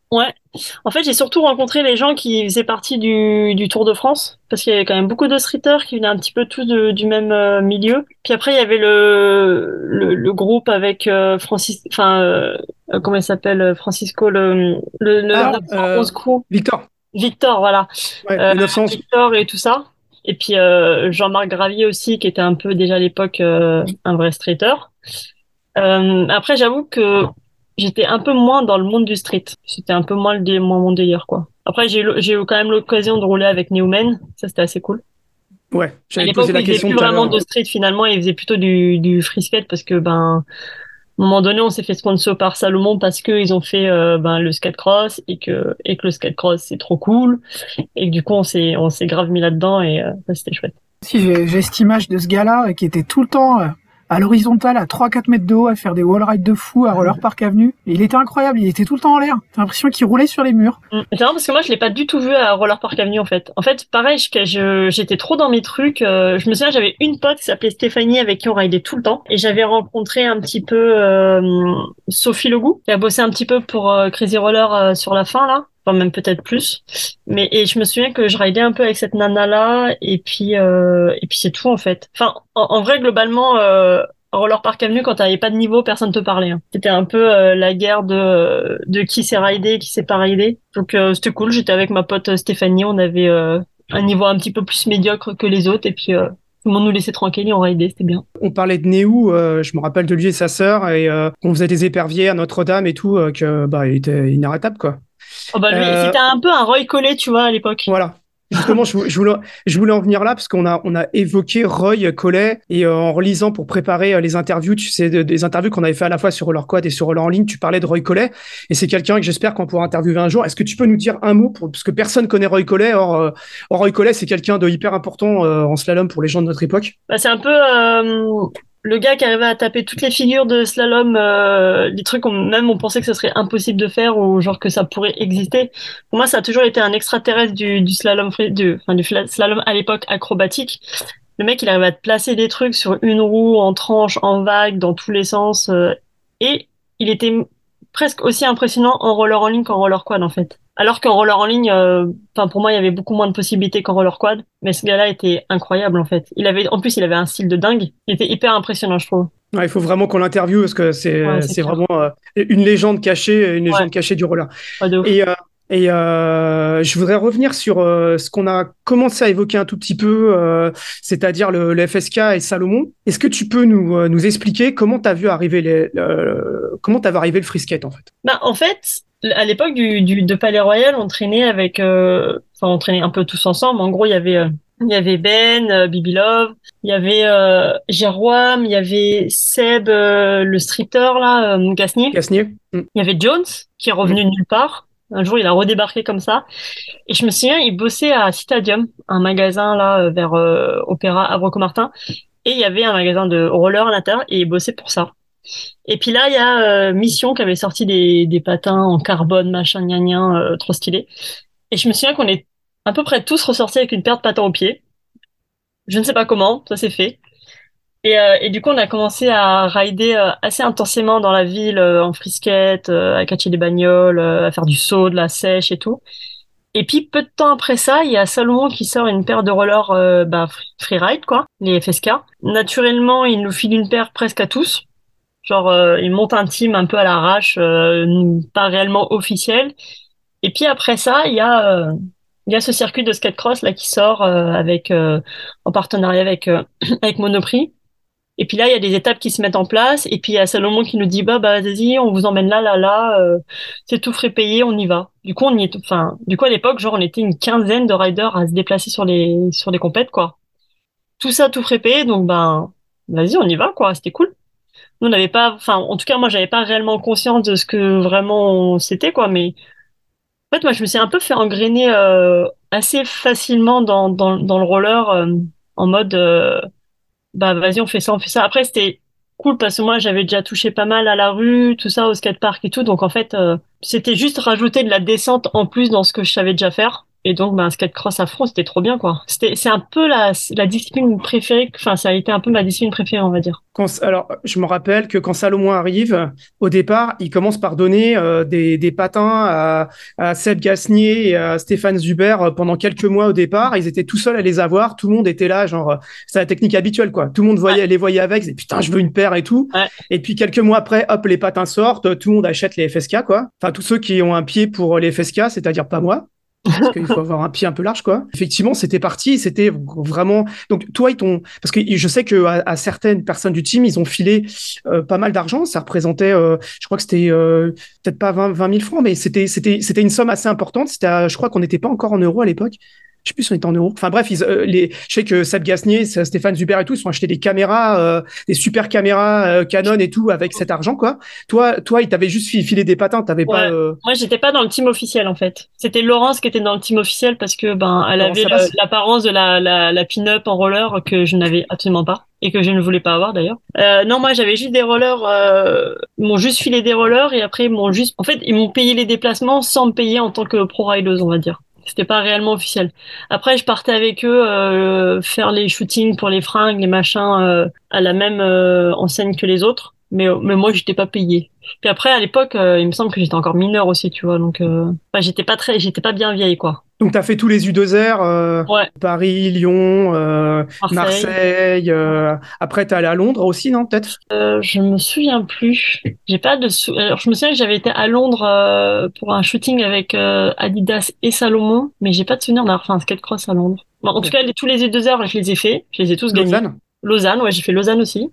Ouais. En fait, j'ai surtout rencontré les gens qui faisaient partie du, du Tour de France, parce qu'il y avait quand même beaucoup de streeters qui venaient un petit peu tous de- du même euh, milieu. Puis après, il y avait le, le, le groupe avec euh, Francis, enfin, euh, euh, comment il s'appelle, euh, Francisco, le, le, le Ah, neuf cent euh, onze crew. Victor. Victor, voilà. Ouais, Euh, le neuf cent onze. Victor et tout ça. Et puis euh, Jean-Marc Gravier aussi, qui était un peu déjà à l'époque euh, un vrai streeter. Euh, après, j'avoue que j'étais un peu moins dans le monde du street. C'était un peu moins le dé- moins mon délire, quoi. Après, j'ai eu, j'ai eu quand même l'occasion de rouler avec Newman. Ça, c'était assez cool. Ouais, À j'allais te l'époque poser où la il faisait question plus tout à vraiment de l'heure. street, finalement, il faisait plutôt du, du free skate parce que, ben, à un moment donné, on s'est fait sponsor par Salomon parce que ils ont fait, euh, ben, le skate cross et que, et que le skate cross, c'est trop cool. Et que du coup, on s'est, on s'est grave mis là-dedans et euh, ça, c'était chouette. Si j'ai j'ai cette image de ce gars-là euh, qui était tout le temps euh, à l'horizontale à trois quatre mètres de haut à faire des wall rides de fou à Roller Park Avenue. Et il était incroyable, il était tout le temps en l'air. T'as l'impression qu'il roulait sur les murs. Mm. C'est marrant parce que moi je l'ai pas du tout vu à Roller Park Avenue en fait. En fait, pareil, je, je- j'étais trop dans mes trucs. euh, je me souviens, j'avais une pote qui s'appelait Stéphanie avec qui on ridait tout le temps et j'avais rencontré un petit peu euh, Sophie Legout qui a bossé un petit peu pour euh, Crazy Roller euh, sur la fin là, enfin même peut-être plus. Mais et je me souviens que je ridais un peu avec cette nana là et puis euh, et puis c'est tout en fait. Enfin, en, en vrai globalement. Euh, Roller Park Avenue, quand t'avais pas de niveau, personne te parlait. Hein. C'était un peu euh, la guerre de de qui s'est ridé, qui s'est pas ridé. Donc euh, c'était cool. J'étais avec ma pote euh, Stéphanie. On avait euh, un niveau un petit peu plus médiocre que les autres et puis euh, tout le monde nous laissait tranquille et on ridait. C'était bien. On parlait de Néou, euh, je me rappelle de lui et sa sœur, et euh, on faisait des éperviers à Notre-Dame et tout, euh, que bah, il était inarrêtable, quoi. Oh bah lui, Euh, c'était un peu un Roy Collet, tu vois, à l'époque. Voilà. Justement, je, vou- je voulais, je voulais en venir là parce qu'on a, on a évoqué Roy Collet et euh, en relisant pour préparer euh, les interviews, tu sais, de- des interviews qu'on avait fait à la fois sur Roller Quad et sur Roller en ligne, tu parlais de Roy Collet et c'est quelqu'un que j'espère qu'on pourra interviewer un jour. Est-ce que tu peux nous dire un mot pour, parce que personne connaît Roy Collet, or, euh, or Roy Collet, c'est quelqu'un de hyper important euh, en slalom pour les gens de notre époque. Bah, c'est un peu euh, le gars qui arrivait à taper toutes les figures de slalom, euh, des trucs qu'on même on pensait que ce serait impossible de faire ou genre que ça pourrait exister. Pour moi, ça a toujours été un extraterrestre du, du slalom, free- du, enfin, du fla- slalom à l'époque acrobatique. Le mec, il arrivait à te placer des trucs sur une roue, en tranche, en vague, dans tous les sens. euh, et il était m- presque aussi impressionnant en roller en ligne qu'en roller quad, en fait. Alors qu'en roller en ligne, euh, enfin, pour moi, il y avait beaucoup moins de possibilités qu'en roller quad. Mais ce gars-là était incroyable, en fait. Il avait, en plus, il avait un style de dingue. Il était hyper impressionnant, je trouve. Ouais, il faut vraiment qu'on l'interviewe parce que Ouais, c'est, c'est c'est clair. vraiment euh, une légende cachée, une Ouais, légende cachée du roller. ouais, de ouf. Et, euh, et euh, je voudrais revenir sur euh, ce qu'on a commencé à évoquer un tout petit peu, euh, c'est-à-dire le, le F S K et Salomon. Est-ce que tu peux nous, euh, nous expliquer comment tu as vu arriver les, le- comment t'as vu arriver le free skate en fait? Bah, en fait, à l'époque du, du, de Palais Royal, on traînait avec, euh, enfin, on traînait un peu tous ensemble. En gros, il y avait, euh, il y avait Ben, euh, Bibi Love, il y avait euh, Jérôme, il y avait Seb, euh, le streeter là, euh, Gasnier. Gasnier? Mm, Il y avait Jones qui est mm. revenu de nulle part. Un jour, il a redébarqué comme ça. Et je me souviens, il bossait à Citadium, un magasin là euh, vers euh, Opéra Havre-Comartin. Et il y avait un magasin de roller à l'intérieur et il bossait pour ça. Et puis là, il y a euh, Mission qui avait sorti des, des patins en carbone, machin, gna gna, euh, trop stylé. Et je me souviens qu'on est à peu près tous ressortis avec une paire de patins au pied. Je ne sais pas comment, ça s'est fait. Et, euh, et du coup, on a commencé à rider euh, assez intensément dans la ville, euh, en frisquette, euh, à catcher des bagnoles, euh, à faire du saut, de la sèche et tout. Et puis, peu de temps après ça, il y a Salomon qui sort une paire de rollers euh, bah, free- freeride, quoi, les F S K. Naturellement, il nous file une paire presque à tous. Genre, euh, il monte un team un peu à l'arrache, euh, pas réellement officiel. Et puis après ça, il y a, euh, il y a ce circuit de skatecross là qui sort euh, avec euh, en partenariat avec euh, avec Monoprix. Et puis là, il y a des étapes qui se mettent en place. Et puis il y a Salomon qui nous dit bah bah vas-y, on vous emmène là là là, euh, c'est tout frais payé, on y va. Du coup, on y est, enfin, du coup à l'époque, genre on était une quinzaine de riders à se déplacer sur les sur les compètes quoi. Tout ça tout frais payé, donc ben vas-y, on y va quoi. C'était cool. Nous, on n'avait pas, enfin, en tout cas, moi, j'avais pas réellement conscience de ce que vraiment c'était, quoi. Mais en fait, moi, je me suis un peu fait engrainer euh, assez facilement dans, dans, dans le roller, euh, en mode, euh, bah, vas-y, on fait ça, on fait ça. Après, c'était cool parce que moi, j'avais déjà touché pas mal à la rue, tout ça, au skatepark et tout. Donc, en fait, euh, c'était juste rajouter de la descente en plus dans ce que je savais déjà faire. Et donc, ben, skate cross à fond, c'était trop bien, quoi. C'était, c'est un peu la, la discipline préférée, enfin, ça a été un peu ma discipline préférée, on va dire. Quand, alors, je me rappelle que quand Salomon arrive, au départ, il commence par donner euh, des, des patins à, à Seb Gasnier et à Stéphane Zuber euh, pendant quelques mois au départ. Ils étaient tout seuls à les avoir. Tout le monde était là, genre, euh, c'est la technique habituelle, quoi. Tout le monde voyait, Ouais. les voyait avec, ils disaient, putain, je veux une paire et tout. Ouais. Et puis, quelques mois après, hop, les patins sortent, tout le monde achète les F S K, quoi. Enfin, tous ceux qui ont un pied pour les F S K, c'est-à-dire pas moi. Parce qu'il faut avoir un pied un peu large, quoi. Effectivement, c'était parti, c'était vraiment. Donc, toi, ils t'ont. Parce que je sais que à, à certaines personnes du team, ils ont filé euh, pas mal d'argent. Ça représentait, euh, je crois que c'était euh, peut-être pas vingt, vingt mille francs, mais c'était, c'était, c'était une somme assez importante. C'était, à- je crois qu'on n'était pas encore en euros à l'époque. Je sais plus si on était en euros. Enfin bref, ils, euh, les, je sais que Seb Gasnier, Stéphane Zuber et tout, ils sont achetés des caméras, euh, des super caméras euh, Canon et tout avec cet argent, quoi. Toi, toi, ils t'avaient juste filé des patins, t'avais pas. Ouais. Euh... Moi, j'étais pas dans le team officiel, en fait. C'était Laurence qui était dans le team officiel parce que, ben, elle Comment avait ça le- passe? l'apparence de la, la, la pin-up en roller que je n'avais absolument pas et que je ne voulais pas avoir d'ailleurs. Euh, non, moi, j'avais juste des rollers, euh, ils m'ont juste filé des rollers et après, ils m'ont juste, en fait, ils m'ont payé les déplacements sans me payer en tant que pro rideuse, on va dire. C'était pas réellement officiel. Après, je partais avec eux euh, faire les shootings pour les fringues, les machins euh, à la même euh, enseigne que les autres, mais mais moi, j'étais pas payée. Puis après, à l'époque, euh, il me semble que j'étais encore mineure aussi, tu vois. Donc, euh, enfin, j'étais pas très, j'étais pas bien vieille, quoi. Donc, tu as fait tous les U deux R, euh, Ouais, Paris, Lyon, euh, Marseille. Marseille. Euh, après, tu es allé à Londres aussi, non, peut-être? Euh, je me souviens plus. J'ai pas de sou... Alors, je me souviens que j'avais été à Londres euh, pour un shooting avec euh, Adidas et Salomon, mais j'ai pas de souvenir d'avoir fait un skate cross à Londres. Bon, en tout Ok. cas, les, tous les deux heures, je les ai fait. Je les ai tous gagnés. Lausanne? Lausanne, ouais, j'ai fait Lausanne aussi.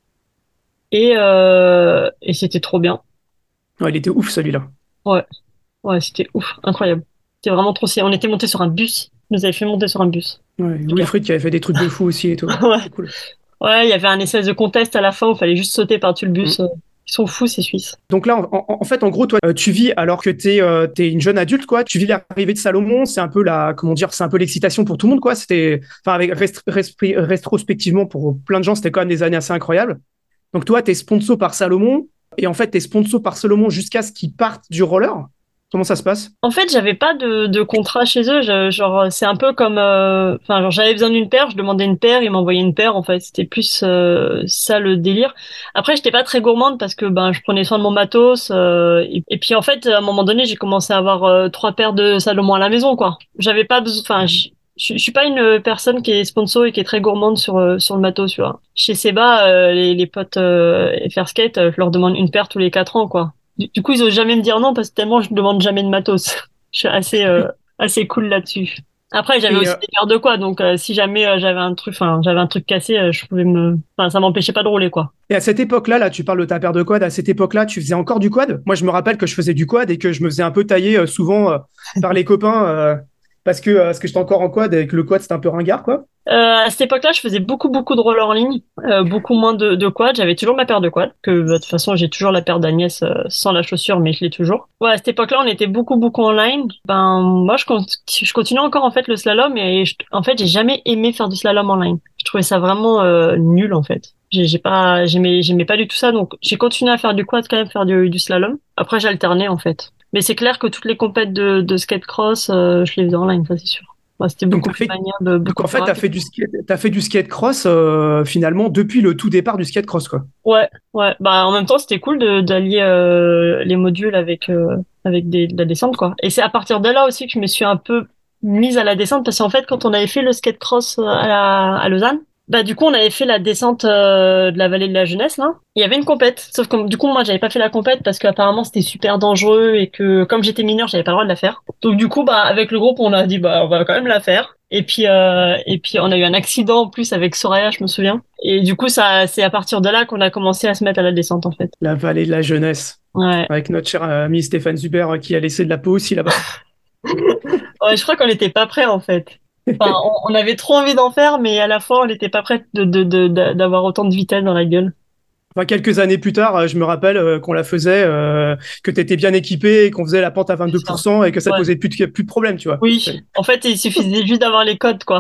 Et, euh, et c'était trop bien. Ouais, il était ouf, celui-là. Ouais, ouais, c'était ouf, incroyable. C'était vraiment trop stylé. On était monté sur un bus. Ils nous avaient fait monter sur un bus. Ouais, C'est bien. Wilfried qui avait fait des trucs de fou aussi et tout. Ouais. C'est cool. Ouais, il y avait un espèce de contest à la fin où il fallait juste sauter par-dessus le Mm. bus. euh. Ils sont fous, ces Suisses. Donc là, en, en- en fait, en gros, toi, euh, tu vis alors que tu es, une jeune adulte, quoi. Tu vis l'arrivée de Salomon, c'est un peu la, comment dire, c'est un peu l'excitation pour tout le monde, quoi. C'était, enfin, avec rest- respri- rétrospectivement, pour plein de gens, c'était quand même des années assez incroyables. Donc toi, tu es sponsor par Salomon, et en fait, tu es sponsor par Salomon jusqu'à ce qu'ils partent du roller. Comment ça se passe? En fait, j'avais pas de, de contrat chez eux. Je- genre, c'est un peu comme, euh, enfin, genre, j'avais besoin d'une paire, je demandais une paire, ils m'envoyaient une paire. En fait, c'était plus euh, ça le délire. Après, j'étais pas très gourmande parce que ben, je prenais soin de mon matos. euh, et, et puis en fait, à un moment donné, j'ai commencé à avoir euh, trois paires de Salomon à la maison, quoi. J'avais pas besoin. Enfin, je je je suis pas une personne qui est sponsor et qui est très gourmande sur euh, sur le matos, tu vois. Chez Seba, euh, les, les potes euh, F R Skate, euh, je leur demande une paire tous les quatre ans, quoi. Du, du coup, ils osent jamais me dire non parce que tellement je ne demande jamais de matos. Je suis assez, euh, assez cool là-dessus. Après, j'avais Et, aussi euh, des paires de quad, donc euh, si jamais euh, j'avais un truc, enfin, j'avais un truc cassé, euh, je pouvais me, enfin, ça m'empêchait pas de rouler, quoi. et à cette époque-là, là, tu parles de ta paire de quad, à cette époque-là, tu faisais encore du quad? Moi, je me rappelle que je faisais du quad et que je me faisais un peu tailler euh, souvent euh, par les copains euh, parce que, euh, parce que j'étais encore en quad et que le quad, c'était un peu ringard, quoi. Euh, à cette époque-là, je faisais beaucoup, beaucoup de roller en ligne, euh, beaucoup moins de, de quad. J'avais toujours ma paire de quad, que bah, de toute façon, j'ai toujours la paire d'Agnès euh, sans la chaussure, mais je l'ai toujours. Ouais, à cette époque-là, on était beaucoup, beaucoup en ligne. Ben, moi, je, con- je continue encore en fait le slalom et je- en fait, j'ai jamais aimé faire du slalom en ligne. Je trouvais ça vraiment euh, nul en fait. J'ai j'ai pas, j'aimais, j'aimais pas du tout ça, donc j'ai continué à faire du quad quand même, faire du, du slalom. Après, j'alternais en fait. Mais c'est clair que toutes les compètes de, de skate cross, euh, je les faisais en ligne, ça c'est sûr. Ouais, c'était Donc, beaucoup t'as plus fait, maniable, donc beaucoup en plus fait, tu as rapide. fait du skate, t'as fait du skate cross euh, finalement depuis le tout départ du skate cross, quoi. Ouais, ouais. Bah en même temps, c'était cool de d'allier euh, les modules avec euh, avec des, de la descente quoi. Et c'est à partir de là aussi que je me suis un peu mise à la descente parce qu'en fait, quand on avait fait le skate cross à la à Lausanne, bah du coup, on avait fait la descente euh, de la vallée de la Jeunesse là. Il y avait une compète, sauf que du coup, moi, j'avais pas fait la compète parce qu'apparemment c'était super dangereux et que comme j'étais mineure, j'avais pas le droit de la faire. Donc du coup, bah avec le groupe, on a dit bah on va quand même la faire. Et puis euh, et puis on a eu un accident en plus avec Soraya, je me souviens. Et du coup, ça, c'est à partir de là qu'on a commencé à se mettre à la descente, en fait. La vallée de la jeunesse, Ouais. avec notre cher ami Stéphane Zuber euh, qui a laissé de la peau aussi là-bas. Ouais, je crois qu'on n'était pas prêts, en fait. Enfin, on, on avait trop envie d'en faire, mais à la fois, on n'était pas prêts de, de, de, de- d'avoir autant de vitesse dans la gueule. Enfin, quelques années plus tard, euh, je me rappelle euh, qu'on la faisait, euh, que tu étais bien équipé, et qu'on faisait la pente à C'est ça. vingt-deux pour cent et que ça te Ouais. posait plus de, plus de problème, tu vois. Oui. En fait, il suffisait juste d'avoir les codes, quoi.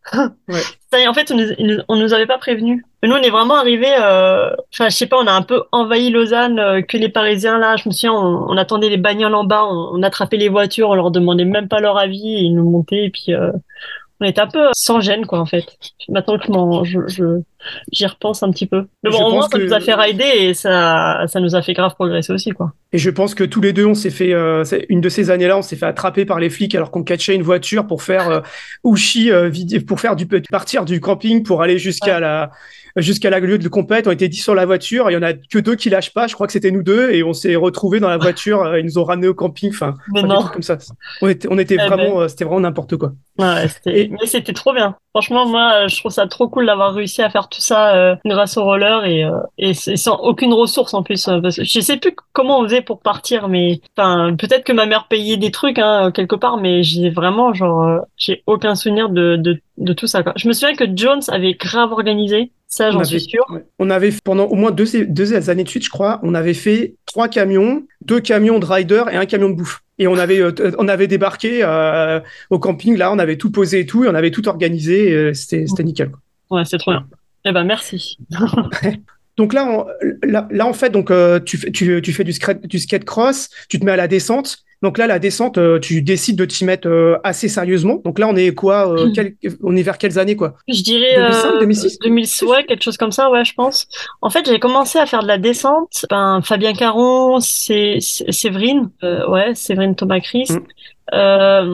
Ouais. Ça, et en fait, on nous, ils nous- on nous avait pas prévenu. Nous, on est vraiment arrivés, euh, enfin, je sais pas, on a un peu envahi Lausanne, euh, que les Parisiens, là. Je me souviens, on, on attendait les bagnoles en bas, on, on attrapait les voitures, on leur demandait même pas leur avis, et ils nous montaient, et puis, euh, on était un peu euh, sans gêne, quoi, en fait. Maintenant que je m'en, je, je, j'y repense un petit peu. Mais Et bon, je au moins, pense ça nous a fait que rider, et ça, ça nous a fait grave progresser aussi, quoi. Et je pense que tous les deux, on s'est fait, euh, c'est- une de ces années-là, on s'est fait attraper par les flics alors qu'on catchait une voiture pour faire euh, Ouchy, euh, vidi- pour faire du partir du camping pour aller jusqu'à Ouais. la jusqu'à la lieu de compète. On était dix sur la voiture, il y en a que deux qui lâchent pas. Je crois que c'était nous deux et on s'est retrouvés dans la voiture. euh, Ils nous ont ramenés au camping. Enfin, Mais enfin, des non. trucs comme ça. On était, on était Eh ben. vraiment, euh, c'était vraiment n'importe quoi. Ouais, c'était, Et mais c'était trop bien. Franchement, moi, euh, je trouve ça trop cool d'avoir réussi à faire tout ça euh, grâce au roller et, euh, et c'est sans aucune ressource en plus. euh, Parce que je sais plus comment on faisait pour partir, mais enfin, peut-être que ma mère payait des trucs hein, quelque part, mais j'ai vraiment genre, euh, j'ai aucun souvenir de, de de tout ça, quoi. Je me souviens que Jones avait grave organisé, ça, on j'en suis avait, sûre. ouais. On avait pendant au moins deux, deux années de suite, je crois, on avait fait trois camions, deux camions de rider et un camion de bouffe. Et on avait, euh, on avait débarqué euh, au camping, là, on avait tout posé et tout, et on avait tout organisé, et, euh, c'était, c'était nickel, quoi. Ouais, c'est trop Voilà. bien. Eh ben, merci. Donc là, on, là, là, en fait, donc euh, tu fais, tu, tu fais du skate, du skate cross, tu te mets à la descente. Donc là, la descente, euh, tu décides de t'y mettre euh, assez sérieusement. Donc là, on est quoi euh, quel, on est vers quelles années, quoi? Je dirais deux mille cinq, euh, deux mille six? deux mille, ouais, quelque chose comme ça, ouais, je pense. En fait, j'ai commencé à faire de la descente. Ben, Fabien Caron, c'est c'est- Séverine, euh, ouais, Séverine Thomas Christ. Mm. Euh,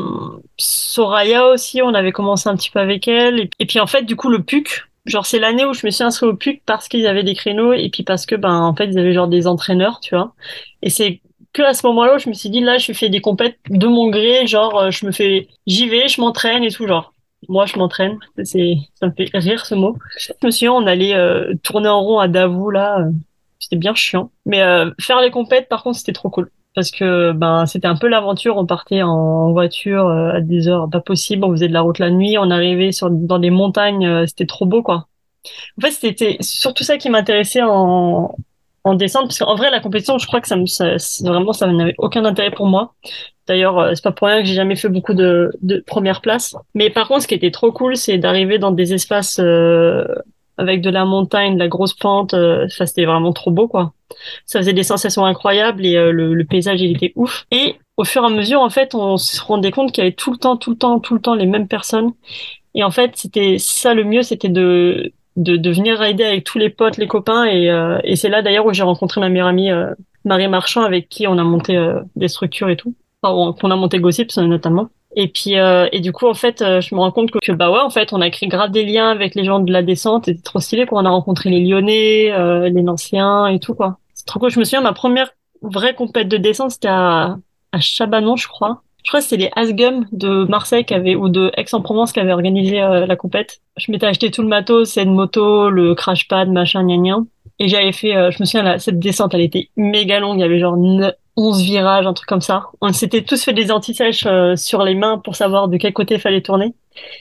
Soraya aussi, on avait commencé un petit peu avec elle. Et, et puis en fait, du coup, le P U C, genre c'est l'année où je me suis inscrite au P U C parce qu'ils avaient des créneaux et puis parce que ben en fait ils avaient genre des entraîneurs, tu vois. Et c'est que à ce moment-là où je me suis dit là, je fais des compètes de mon gré, genre euh, je me fais, j'y vais, je m'entraîne et tout genre. Moi, je m'entraîne. C'est, ça me fait rire ce mot. Je me souviens, on allait euh, tourner en rond à Davout là. euh, C'était bien chiant. Mais euh, faire les compètes, par contre, c'était trop cool. Parce que ben c'était un peu l'aventure. On partait en voiture euh, à des heures pas possibles. On faisait de la route la nuit. On arrivait sur dans des montagnes. euh, C'était trop beau quoi. En fait, c'était surtout ça qui m'intéressait en en descente. Parce qu'en vrai, la compétition, je crois que ça me ça, c'est- vraiment ça n'avait aucun intérêt pour moi. D'ailleurs, euh, c'est pas pour rien que j'ai jamais fait beaucoup de, de première place. Mais par contre, ce qui était trop cool, c'est d'arriver dans des espaces euh, avec de la montagne, de la grosse pente. euh, Ça, c'était vraiment trop beau, quoi. Ça faisait des sensations incroyables et euh, le, le paysage, il était ouf. Et au fur et à mesure, en fait, on se rendait compte qu'il y avait tout le temps, tout le temps, tout le temps les mêmes personnes. Et en fait, c'était ça le mieux, c'était de de, de venir rider avec tous les potes, les copains. Et, euh, et c'est là d'ailleurs où j'ai rencontré ma meilleure amie euh, Marie Marchand, avec qui on a monté euh, des structures et tout. Enfin, on- qu'on a monté Gossips euh, notamment. Et puis euh, et du coup en fait euh, je me rends compte que, que bah ouais en fait on a créé grave des liens avec les gens de la descente. C'était trop stylé quoi. On a rencontré les Lyonnais, euh, les Nancéens et tout quoi. C'est trop cool. Je me souviens ma première vraie compète de descente c'était à à Chabanon je crois. Je crois que c'était les Asgum de Marseille qui avaient, ou de Aix-en-Provence qui avaient organisé euh, la compète. Je m'étais acheté tout le matos, c'est une moto, le crash pad, machin, gna gna. Et j'avais fait, euh, je me souviens, là, cette descente, elle était méga longue. Il y avait genre neuf onze virages, un truc comme ça. On s'était tous fait des anti-sèches euh, sur les mains pour savoir de quel côté fallait tourner.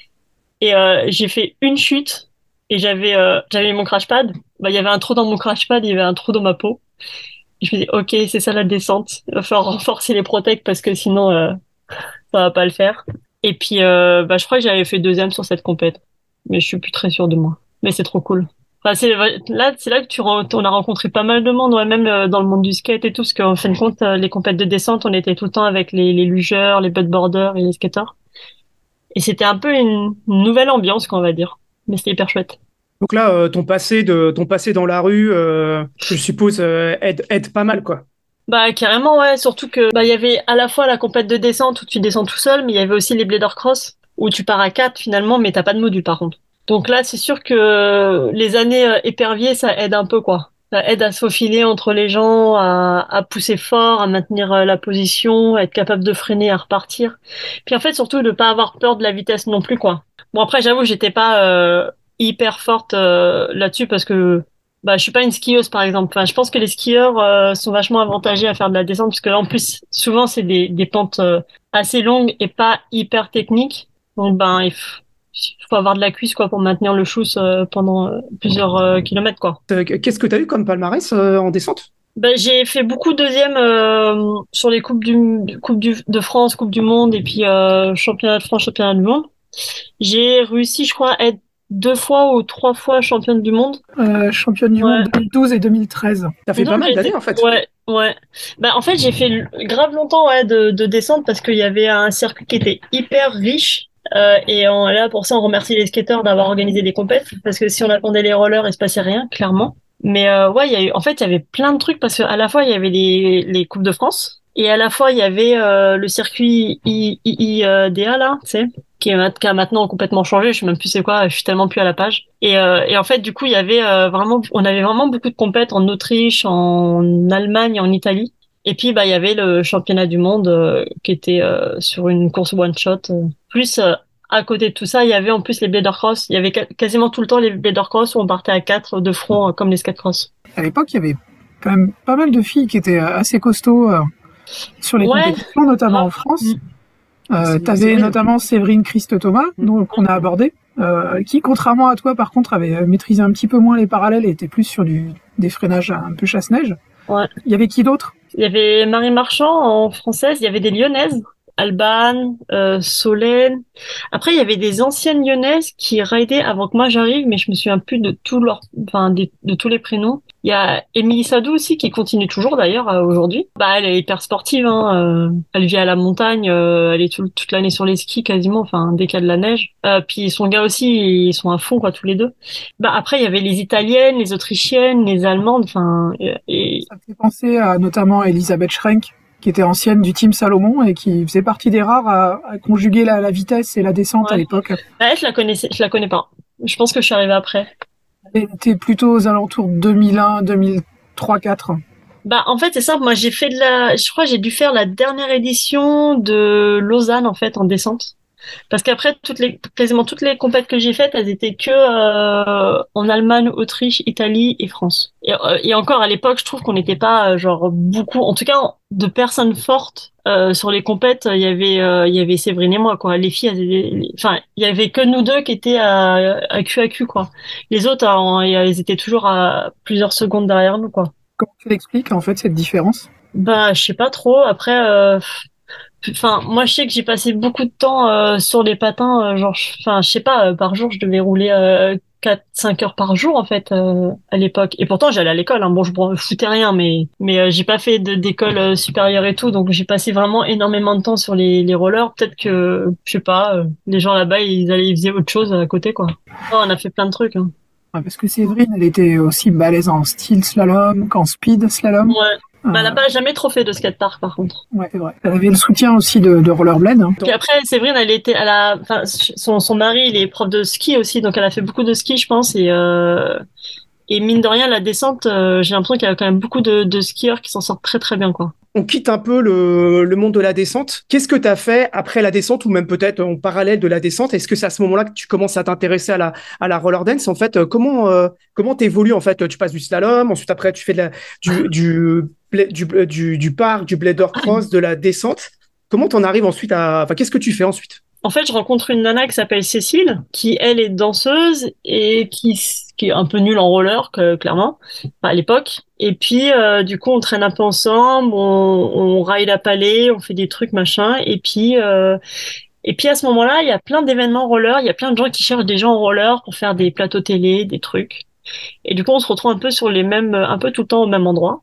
Et euh, j'ai fait une chute et j'avais euh, j'avais mon crash pad. Bah, il y avait un trou dans mon crash pad, il y avait un trou dans ma peau. Et je me dis, ok, c'est ça la descente. Il va falloir renforcer les protects parce que sinon, euh, ça va pas le faire. Et puis, euh, bah, je crois que j'avais fait deuxième sur cette compète, mais je suis plus très sûre de moi. Mais c'est trop cool. Enfin, c'est là, c'est là que tu ren- on a rencontré pas mal de monde, ouais, même euh, dans le monde du skate et tout, parce qu'en fin de compte, euh, les compètes de descente, on était tout le temps avec les, les lugeurs, les bodyboarders et les skateurs. Et c'était un peu une, une nouvelle ambiance, qu'on va dire. Mais c'était hyper chouette. Donc là, euh, ton passé de ton passé dans la rue, euh, je suppose, euh, aide, aide pas mal, quoi. Bah carrément ouais, surtout que bah il y avait à la fois la compète de descente où tu descends tout seul, mais il y avait aussi les bladder cross où tu pars à quatre finalement, mais t'as pas de module par contre. Donc là c'est sûr que les années euh, éperviers ça aide un peu quoi. Ça aide à se faufiler entre les gens, à, à pousser fort, à maintenir euh, la position, à être capable de freiner, à repartir. Puis en fait surtout de pas avoir peur de la vitesse non plus quoi. Bon après j'avoue j'étais pas euh, hyper forte euh, là-dessus parce que bah, je suis pas une skieuse par exemple. Enfin, je pense que les skieurs euh, sont vachement avantagés à faire de la descente parce que là, en plus, souvent c'est des, des pentes euh, assez longues et pas hyper techniques. Donc ben, il f- il faut avoir de la cuisse quoi pour maintenir le chousse euh, pendant euh, plusieurs euh, kilomètres quoi. Euh, Qu'est-ce que tu as eu comme palmarès euh, en descente? Ben, j'ai fait beaucoup deuxième euh, sur les coupes du coupe du, de France, Coupe du Monde et puis euh, championnat de France, championnat du monde. J'ai réussi, je crois, à être deux fois ou trois fois championne du monde. Euh, championne du Ouais. monde deux mille douze et deux mille treize. Ça fait Non, pas mal j'ai d'années été- en fait. Ouais, ouais. Bah, en fait, j'ai fait l- grave longtemps ouais, de, de descente parce qu'il y avait un circuit qui était hyper riche. Euh, et on, là, pour ça, on remercie les skateurs d'avoir organisé des compètes parce que si on attendait les rollers, il se passait rien, clairement. Mais euh, ouais, il y a eu, en fait, il y avait plein de trucs parce qu'à la fois, il y avait les, les Coupes de France et à la fois, il y avait euh, le circuit I- I- I- euh, D A, là, tu sais, qui, est, mat- qui a maintenant complètement changé. Je sais même plus c'est quoi, je suis tellement plus à la page. Et, euh, et en fait, du coup, il y avait euh, vraiment, on avait vraiment beaucoup de compètes en Autriche, en Allemagne, en Italie. Et puis, bah, il y avait le championnat du monde euh, qui était euh, sur une course one shot. euh. Plus, euh, à côté de tout ça, il y avait en plus les bladder cross. Il y avait ca- quasiment tout le temps les bladder cross où on partait à quatre de front, euh, comme les skate cross. À l'époque, il y avait quand même pas mal de filles qui étaient euh, assez costauds euh, sur les Ouais, compétitions, notamment en grave. France. Mm. Euh, C'est- T'avais Séverine. notamment Séverine Christ-Thomas, Mm. dont qu'on a abordé, euh, qui, contrairement à toi, par contre, avait euh, maîtrisé un petit peu moins les parallèles et était plus sur du, des freinages un peu chasse-neige. Ouais. Il y avait qui d'autre? Il y avait Marie Marchand en française, il y avait des Lyonnaises, Alban, euh, Solène. Après, il y avait des anciennes Lyonnaises qui ridaient avant que moi j'arrive, mais je me souviens plus de tous leurs, enfin, des- de tous les prénoms. Il y a Émilie Sadou aussi qui continue toujours d'ailleurs euh, aujourd'hui. Bah, elle est hyper sportive, hein. euh, elle vit à la montagne, euh, elle est tout- toute l'année sur les skis quasiment, enfin dès qu'il y a de la neige. Euh, puis son gars aussi, ils sont à fond quoi tous les deux. Bah après, il y avait les Italiennes, les Autrichiennes, les Allemandes, enfin et, et- Ça me fait penser à notamment Elisabeth Schrenk, qui était ancienne du team Salomon et qui faisait partie des rares à, à conjuguer la, la vitesse et la descente à Ouais. l'époque. Bah, elle, je la connaissais, je la connais pas. Je pense que je suis arrivée après. Elle était plutôt aux alentours de deux mille un, deux mille trois, deux mille quatre. Bah, en fait, c'est simple. Moi, j'ai fait de la, je crois, que j'ai dû faire la dernière édition de Lausanne, en fait, en descente. Parce qu'après, toutes les, quasiment toutes les compètes que j'ai faites, elles étaient que euh, en Allemagne, Autriche, Italie et France. Et, euh, et encore à l'époque, je trouve qu'on n'était pas euh, genre beaucoup, en tout cas, de personnes fortes euh, sur les compètes. Il y avait, euh, il y avait Séverine et moi, quoi. Les filles, elles étaient- les- enfin, il y avait que nous deux qui étaient à, à cul à cul, quoi. Les autres, euh, elles étaient toujours à plusieurs secondes derrière nous, quoi. Comment tu l'expliques en fait cette différence? Bah, je sais pas trop. Après. Euh, Enfin, moi, je sais que j'ai passé beaucoup de temps euh, sur les patins. Euh, genre, je- enfin, je sais pas, euh, par jour, je devais rouler euh, quatre cinq heures par jour, en fait, euh, à l'époque. Et pourtant, j'allais à l'école. Hein. Bon, je je foutais rien, mais mais euh, j'ai pas fait de- d'école euh, supérieure et tout. Donc, j'ai passé vraiment énormément de temps sur les, les rollers. Peut-être que, je sais pas, euh, les gens là-bas, ils allaient, ils faisaient autre chose à côté, quoi. Oh, on a fait plein de trucs. Hein. Ouais, parce que Séverine, elle était aussi balèze en style slalom qu'en speed slalom. Ouais. Bah, elle a Euh, pas jamais trop fait de skatepark, par contre. ouais, c'est vrai. Elle avait le soutien aussi de, de rollerblade. Hein. Puis après, Séverine, elle était, elle a, enfin, son, son mari, il est prof de ski aussi, donc elle a fait beaucoup de ski, je pense, et, euh, et mine de rien, la descente, euh, j'ai l'impression qu'il y a quand même beaucoup de, de skieurs qui s'en sortent très très bien, quoi. On quitte un peu le, le monde de la descente. Qu'est-ce que tu as fait après la descente ou même peut-être en parallèle de la descente? Est-ce que c'est à ce moment-là que tu commences à t'intéresser à la, à la roller dance? En fait, euh, comment, euh, comment t'évolues? En fait, tu passes du slalom, ensuite après tu fais de la, du, du, bla- du, du, du park, du bladder cross, de la descente. Comment t'en arrives ensuite à, enfin, qu'est-ce que tu fais ensuite? En fait, je rencontre une nana qui s'appelle Cécile, qui elle est danseuse et qui, qui est un peu nulle en roller, que, clairement, enfin, à l'époque. Et puis, euh, du coup, on traîne un peu ensemble, on, on raille la palais, on fait des trucs, machin. Et puis, euh, et puis à ce moment-là, il y a plein d'événements roller, il y a plein de gens qui cherchent des gens en roller pour faire des plateaux télé, des trucs. Et du coup, on se retrouve un peu sur les mêmes, un peu tout le temps au même endroit.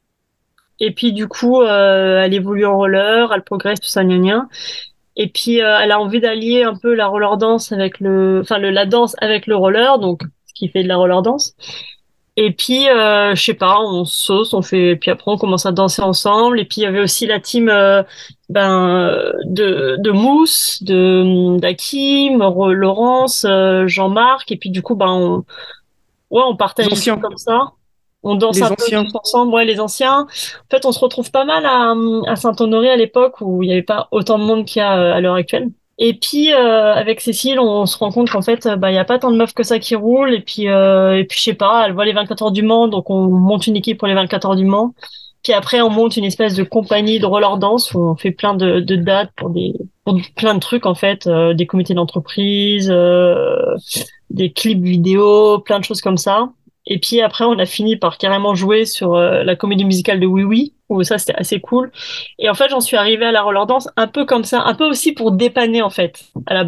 Et puis, du coup, euh, elle évolue en roller, elle progresse, tout ça, gna gna. Et puis, euh, elle a envie d'allier un peu la roller dance avec le, enfin, le, la danse avec le roller, donc, ce qui fait de la roller dance. Et puis, euh, je sais pas, on sauce, on fait, puis après, on commence à danser ensemble. Et puis, il y avait aussi la team, euh, ben, euh, de, de Mousse, de, d'Hakim, Ro- Laurence, euh, Jean-Marc. Et puis, du coup, ben, on, ouais, on Les partage des trucs anciens. comme ça. On danse Les un peu anciens. tous ensemble, ouais, les anciens. En fait, on se retrouve pas mal à, à Saint-Honoré à l'époque où il n'y avait pas autant de monde qu'il y a euh, à l'heure actuelle. Et puis, euh, avec Cécile, on se rend compte qu'en fait, euh, bah, il n'y a pas tant de meufs que ça qui roulent. Et puis, euh, et puis, je sais pas, elle voit les vingt-quatre heures du Mans, donc on monte une équipe pour les vingt-quatre heures du Mans. Puis après, on monte une espèce de compagnie de roller dance où on fait plein de, de dates pour des, pour plein de trucs, en fait, euh, des comités d'entreprise, euh, des clips vidéo, plein de choses comme ça. Et puis après, on a fini par carrément jouer sur euh, la comédie musicale de Oui Oui, où ça, c'était assez cool. Et en fait, j'en suis arrivée à la roller dance un peu comme ça, un peu aussi pour dépanner, en fait, à la base.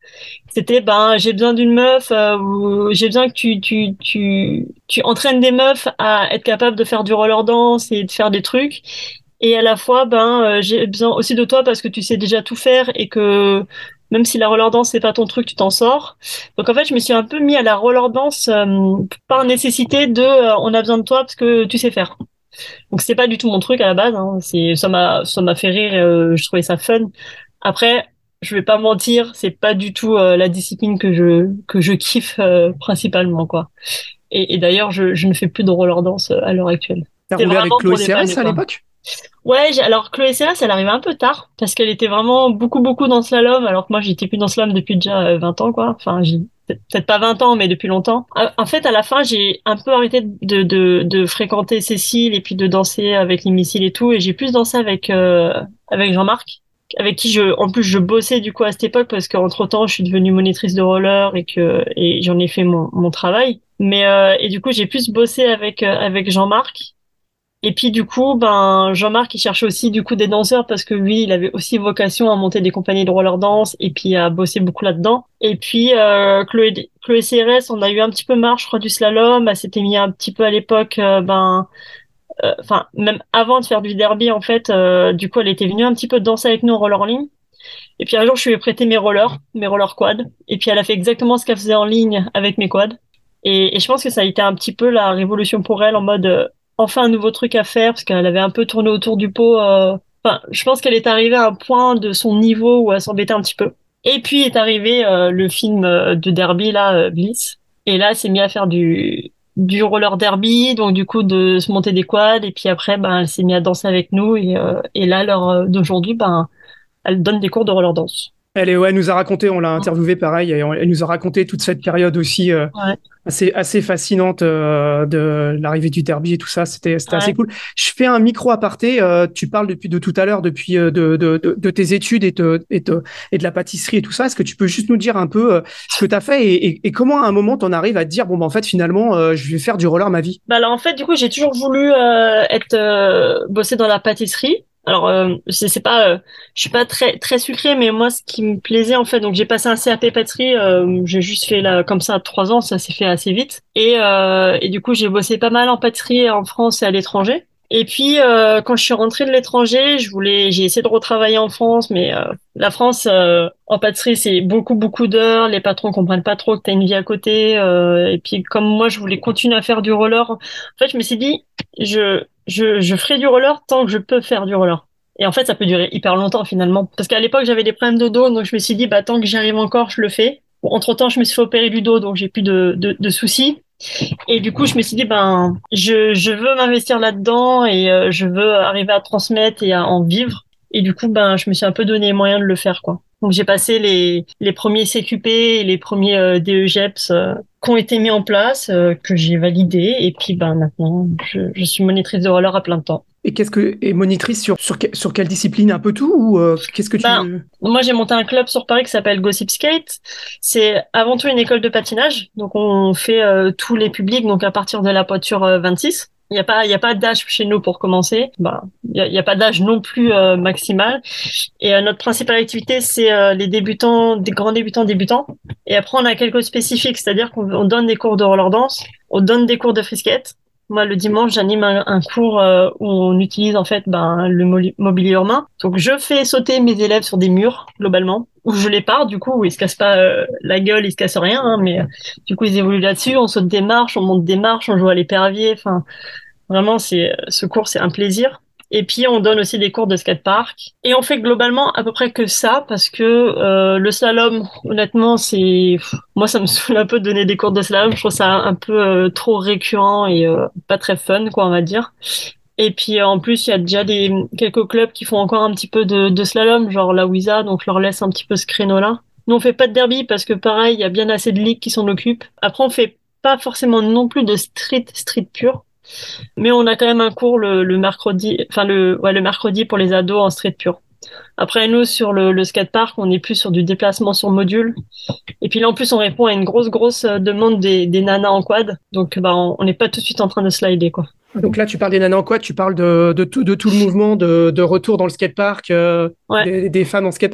C'était ben j'ai besoin d'une meuf, euh, ou j'ai besoin que tu tu tu tu entraînes des meufs à être capables de faire du roller dance et de faire des trucs. Et à la fois ben euh, j'ai besoin aussi de toi parce que tu sais déjà tout faire et que même si la roller dance c'est pas ton truc, tu t'en sors. Donc en fait, je me suis un peu mis à la roller dance euh, par nécessité de euh, on a besoin de toi parce que tu sais faire. Donc c'est pas du tout mon truc à la base, hein. C'est ça m'a ça m'a fait rire, euh, je trouvais ça fun. Après, je vais pas mentir, c'est pas du tout euh, la discipline que je que je kiffe euh, principalement quoi. Et, et d'ailleurs, je, je ne fais plus de roller dance euh, à l'heure actuelle. T'as C'est roulé avec vraiment Chloé pour dépanner Cérès à quoi. l'époque? Ouais, j'ai- alors Chloé Cérès, elle arrivait un peu tard parce qu'elle était vraiment beaucoup beaucoup dans le slalom, alors que moi j'étais plus dans le slalom depuis déjà euh, vingt ans quoi. Enfin, j'ai peut- peut-être pas vingt ans, mais depuis longtemps. Euh, En fait, à la fin, j'ai un peu arrêté de de de fréquenter Cécile et puis de danser avec les missiles et tout, et j'ai plus dansé avec euh, avec Jean-Marc, avec qui je en plus je bossais du coup à cette époque parce qu'entre-temps, je suis devenue monitrice de roller et que et j'en ai fait mon mon travail. Mais euh, et du coup, j'ai plus bossé avec euh, avec Jean-Marc. Et puis du coup, ben Jean-Marc il cherchait aussi du coup des danseurs parce que lui, il avait aussi vocation à monter des compagnies de roller dance et puis à bosser beaucoup là-dedans. Et puis euh, Chloé Chloé C R S, on a eu un petit peu marre, je crois, du slalom. Elle s'était mis un petit peu à l'époque, euh, ben, euh, enfin même avant de faire du derby en fait. Euh, du coup, elle était venue un petit peu danser avec nous en roller en ligne. Et puis un jour, je lui ai prêté mes rollers, mes rollers quad. Et puis elle a fait exactement ce qu'elle faisait en ligne avec mes quads. Et, et je pense que ça a été un petit peu la révolution pour elle en mode euh, enfin un nouveau truc à faire parce qu'elle avait un peu tourné autour du pot. euh. Enfin, je pense qu'elle est arrivée à un point de son niveau où elle s'embêtait un petit peu. Et puis est arrivé euh, le film euh, de derby là, euh, Bliss. Et là, elle s'est mise à faire du du roller derby, donc du coup de se monter des quads. Et puis après, ben elle s'est mise à danser avec nous. Et, euh, et là, à l'heure d'aujourd'hui, ben elle donne des cours de roller dance. Elle, est, ouais, elle nous a raconté, on l'a interviewé pareil, et on- elle nous a raconté toute cette période aussi euh, Ouais, assez, assez fascinante euh, de l'arrivée du derby et tout ça. C'était, c'était assez ouais. cool. Je fais un micro aparté. Euh, tu parles depuis de tout à l'heure, depuis euh, de, de, de, de tes études et, te, et, te, et de la pâtisserie et tout ça. Est-ce que tu peux juste nous dire un peu euh, ce que tu as fait et, et, et comment à un moment t'en arrives à te dire bon, bah, en fait, finalement, euh, je vais faire du roller ma vie? Bah alors en fait, du coup, j'ai toujours voulu euh, être euh, bosser dans la pâtisserie. Alors euh, c'est c'est pas, euh, je suis pas très très sucrée, mais moi, ce qui me plaisait en fait, donc j'ai passé un C A P pâtisserie. Euh, j'ai juste fait là comme ça trois ans, ça s'est fait assez vite. Et euh, et du coup, j'ai bossé pas mal en pâtisserie en France et à l'étranger. Et puis euh, quand je suis rentrée de l'étranger, je voulais, j'ai essayé de retravailler en France, mais euh, la France euh, en pâtisserie, c'est beaucoup beaucoup d'heures. Les patrons comprennent pas trop que t'as une vie à côté. Euh, et puis comme moi, je voulais continuer à faire du roller. En fait, je me suis dit, je je je ferai du roller tant que je peux faire du roller. Et en fait, ça peut durer hyper longtemps finalement, parce qu'à l'époque, j'avais des problèmes de dos, donc je me suis dit, bah tant que j'y arrive encore, je le fais. Bon, entre-temps, je me suis fait opérer du dos, donc j'ai plus de, de, de soucis. Et du coup, je me suis dit, ben, je, je veux m'investir là-dedans et euh, je veux arriver à transmettre et à en vivre. Et du coup, ben, je me suis un peu donné les moyens de le faire, quoi. Donc, j'ai passé les, les premiers C Q P et les premiers euh, D E G E P S euh, qui ont été mis en place, euh, que j'ai validés. Et puis, ben, maintenant, je, je suis monitrice de roller à plein temps. Et qu'est-ce que et monitrice sur sur, que- sur quelle discipline un peu tout ou euh, qu'est-ce que Ben, tu moi, j'ai monté un club sur Paris qui s'appelle Gossip Skate. C'est avant tout une école de patinage. Donc, on fait euh, tous les publics, donc à partir de la poiture euh, vingt-six. Il n'y a pas, il y a pas d'âge chez nous pour commencer. Ben, il y a, il y a pas d'âge non plus euh, maximal. Et euh, notre principale activité, c'est euh, les débutants, des grands débutants débutants. Et après, on a quelques spécifiques, c'est-à-dire qu'on on donne des cours de roller dance, on donne des cours de free skate. Moi, le dimanche, j'anime un, un cours euh, où on utilise en fait ben, le moli- mobilier urbain. Donc, je fais sauter mes élèves sur des murs, globalement, où je les pars, du coup, où ils se cassent pas euh, la gueule, ils se cassent rien, hein, mais euh, du coup, ils évoluent là-dessus. On saute des marches, on monte des marches, on joue à l'épervier. Enfin, vraiment, c'est ce cours, c'est un plaisir. Et puis, on donne aussi des cours de skatepark. Et on fait globalement à peu près que ça, parce que euh, le slalom, honnêtement, c'est... pff, moi, ça me saoule un peu de donner des cours de slalom. Je trouve ça un peu euh, trop récurrent et euh, pas très fun, quoi, on va dire. Et puis, euh, en plus, il y a déjà des quelques clubs qui font encore un petit peu de, de slalom, genre la Wiza, donc je leur laisse un petit peu ce créneau-là. Nous, on fait pas de derby parce que, pareil, il y a bien assez de ligues qui s'en occupent. Après, on fait pas forcément non plus de street, street pur. Mais on a quand même un cours le, le mercredi, enfin le, ouais, le mercredi pour les ados en street pur. Après, nous, sur le, le skatepark, on est plus sur du déplacement sur module. Et puis là, en plus, on répond à une grosse, grosse euh, demande des, des nanas en quad. Donc, bah, on on n'est pas tout de suite en train de slider, quoi. donc là tu parles des nanas en quad, tu parles de de tout de tout le mouvement de de retour dans le skatepark euh, Ouais. des, des femmes en skatepark.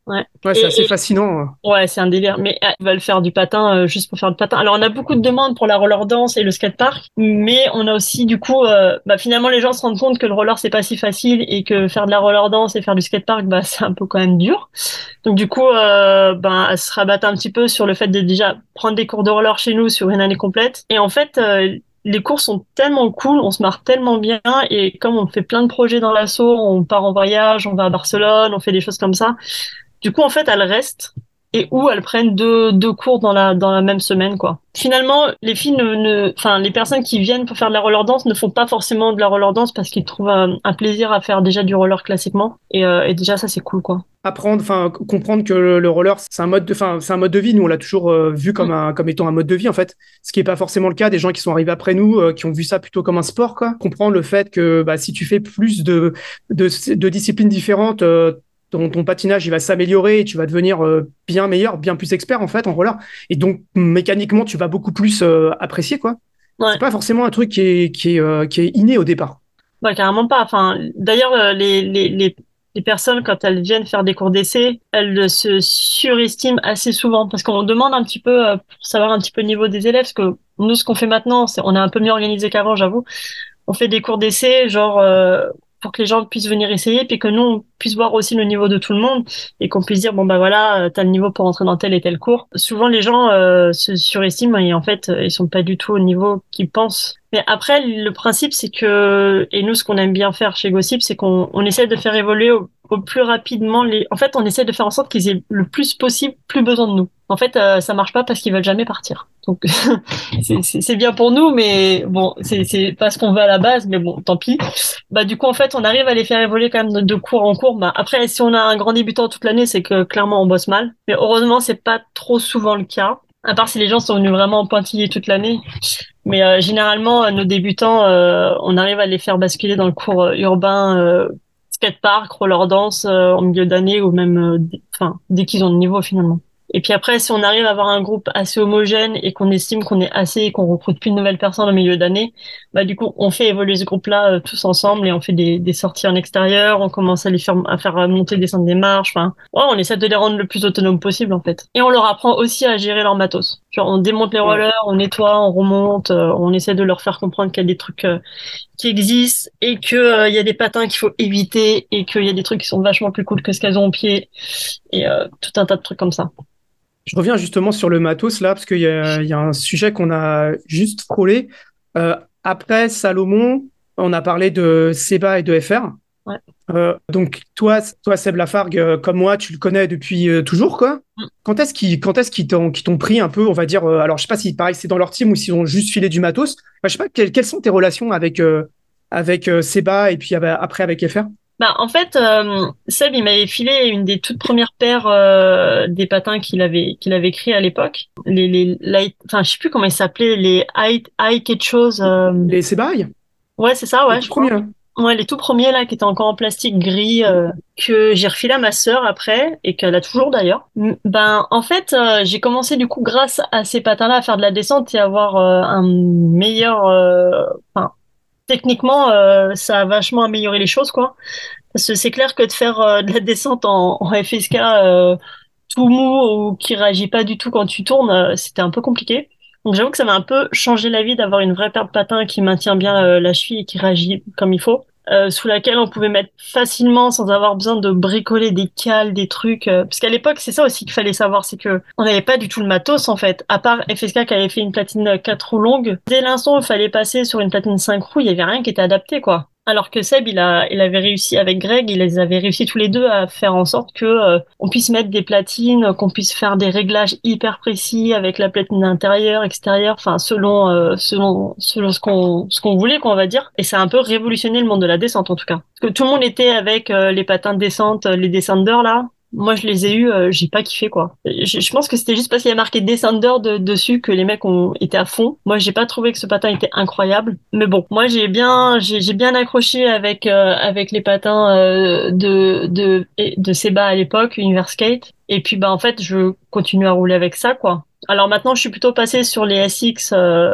Ouais. Ouais, c'est Et, assez et fascinant. ouais, c'est un délire. Mais euh, ils veulent faire du patin euh, juste pour faire du patin. Alors, on a beaucoup de demandes pour la roller dance et le skatepark, mais on a aussi du coup, euh, bah, finalement, les gens se rendent compte que le roller c'est pas si facile et que faire de la roller dance et faire du skatepark, bah, c'est un peu quand même dur. Donc du coup, euh, ben, elles se rabattent un petit peu sur le fait de déjà prendre des cours de roller chez nous sur une année complète. Et en fait, euh, les cours sont tellement cool, on se marre tellement bien, et comme on fait plein de projets dans l'asso, on part en voyage, on va à Barcelone, on fait des choses comme ça. Du coup, en fait, elles restent et où elles prennent deux, deux cours dans la, dans la même semaine, quoi. Finalement, les filles ne, ne, enfin, les personnes qui viennent pour faire de la roller dance ne font pas forcément de la roller dance parce qu'ils trouvent un, un plaisir à faire déjà du roller classiquement. Et, euh, et déjà, ça, c'est cool, quoi. Apprendre, enfin, c- comprendre que le, le roller, c'est un mode de, enfin, c'est un mode de vie. Nous, on l'a toujours euh, vu comme un, comme étant un mode de vie, en fait. Ce qui est pas forcément le cas des gens qui sont arrivés après nous, euh, qui ont vu ça plutôt comme un sport, quoi. Comprendre le fait que, bah, si tu fais plus de, de, de disciplines différentes, euh, ton, ton patinage, il va s'améliorer et tu vas devenir euh, bien meilleur, bien plus expert, en fait, en roller. Et donc, mécaniquement, tu vas beaucoup plus euh, apprécier, quoi. Ouais. C'est pas forcément un truc qui est, qui est, euh, qui est inné au départ. Bah, carrément pas. Enfin, d'ailleurs, euh, les, les, les, les personnes, quand elles viennent faire des cours d'essai, elles se surestiment assez souvent parce qu'on demande un petit peu euh, pour savoir un petit peu le niveau des élèves. Parce que nous, ce qu'on fait maintenant, c'est on est un peu mieux organisé qu'avant, j'avoue. On fait des cours d'essai, genre euh, pour que les gens puissent venir essayer, puis que nous on puisse voir aussi le niveau de tout le monde et qu'on puisse dire bon bah voilà, euh, t'as le niveau pour entrer dans tel et tel cours. Souvent les gens euh, se surestiment et en fait euh, ils sont pas du tout au niveau qu'ils pensent. Mais après le principe c'est que et nous ce qu'on aime bien faire chez Gossip c'est qu'on on essaie de faire évoluer au, au plus rapidement les. En fait on essaie de faire en sorte qu'ils aient le plus possible plus besoin de nous. En fait euh, ça marche pas parce qu'ils veulent jamais partir. Donc c'est c'est- c'est bien pour nous, mais bon, c'est c'est pas ce qu'on veut à la base, mais bon, tant pis. Bah du coup, en fait, on arrive à les faire évoluer quand même de, de cours en cours. Bah après, si on a un grand débutant toute l'année, c'est que clairement on bosse mal. Mais heureusement, c'est pas trop souvent le cas. À part si les gens sont venus vraiment en pointillé toute l'année. Mais euh, généralement, euh, nos débutants, euh, on arrive à les faire basculer dans le cours euh, urbain, euh, skatepark, roller dance euh, en milieu d'année ou même, euh, d- enfin, dès qu'ils ont le niveau finalement. Et puis après, si on arrive à avoir un groupe assez homogène et qu'on estime qu'on est assez et qu'on recrute plus de nouvelles personnes au milieu d'année, bah du coup, on fait évoluer ce groupe-là euh, tous ensemble et on fait des, des sorties en extérieur, on commence à les faire à faire monter, descendre des marches. Enfin, ouais, on essaie de les rendre le plus autonomes possible en fait. Et on leur apprend aussi à gérer leur matos. Genre, on démonte les Ouais. rollers, on nettoie, on remonte, euh, on essaie de leur faire comprendre qu'il y a des trucs euh, qui existent et que euh, il y a des patins qu'il faut éviter et qu'il y a des trucs qui sont vachement plus cool que ce qu'elles ont au pied et euh, tout un tas de trucs comme ça. Je reviens justement sur le matos là, parce qu'il y a, il y a un sujet qu'on a juste frôlé. Euh, après Salomon, on a parlé de Seba et de F R. Ouais. Euh, donc toi, toi Seb Lafargue, euh, comme moi, tu le connais depuis euh, toujours, quoi. Mm. Quand est-ce qu'ils, quand est-ce qu'ils t'ont, qu'ils t'ont pris un peu, on va dire, euh, alors je sais pas si pareil c'est dans leur team ou s'ils ont juste filé du matos. Enfin, je sais pas quelles, quelles sont tes relations avec euh, avec euh, Seba et puis euh, après avec F R. Bah, en fait, euh, Seb, il m'avait filé une des toutes premières paires euh, des patins qu'il avait qu'il avait créé à l'époque. Les les light, enfin, je sais plus comment ils s'appelaient, les high high quelque chose. euh, Les Seba, Ouais, c'est ça, les ouais, tout je crois. premiers. Hein. Ouais, les tout premiers là, qui étaient encore en plastique gris, euh, que j'ai refilé à ma sœur après et qu'elle a toujours d'ailleurs. M- Ben, en fait, euh, j'ai commencé du coup grâce à ces patins-là à faire de la descente et avoir euh, un meilleur. euh, Enfin, techniquement, euh, ça a vachement amélioré les choses, quoi. Parce que c'est clair que de faire euh, de la descente en, en F S K euh, tout mou ou qui réagit pas du tout quand tu tournes, euh, c'était un peu compliqué. Donc j'avoue que ça m'a un peu changé la vie d'avoir une vraie paire de patins qui maintient bien euh, la cheville et qui réagit comme il faut, euh, sous laquelle on pouvait mettre facilement sans avoir besoin de bricoler des cales, des trucs. euh, parce qu'à l'époque, c'est ça aussi qu'il fallait savoir, c'est que on n'avait pas du tout le matos en fait. À part F S K qui avait fait une platine quatre roues longue, dès l'instant où il fallait passer sur une platine cinq roues, il y avait rien qui était adapté quoi. Alors que Seb, il a, il avait réussi avec Greg, ils avaient réussi tous les deux à faire en sorte que euh, on puisse mettre des platines, qu'on puisse faire des réglages hyper précis avec la platine intérieure, extérieure, enfin selon euh, selon selon ce qu'on ce qu'on voulait, qu'on va dire. Et ça a un peu révolutionné le monde de la descente en tout cas. Parce que tout le monde était avec euh, les patins de descente, euh, les descenders là. Moi, je les ai eus, euh, j'ai pas kiffé quoi. Je, je pense que c'était juste parce qu'il y a marqué Descender de, dessus que les mecs ont été à fond. Moi, j'ai pas trouvé que ce patin était incroyable. Mais bon, moi j'ai bien, j'ai j'ai bien accroché avec euh, avec les patins euh, de de et- de Seba à l'époque, Univers Skate. Et puis bah en fait, je continue à rouler avec ça quoi. Alors maintenant, je suis plutôt passée sur les S X. euh,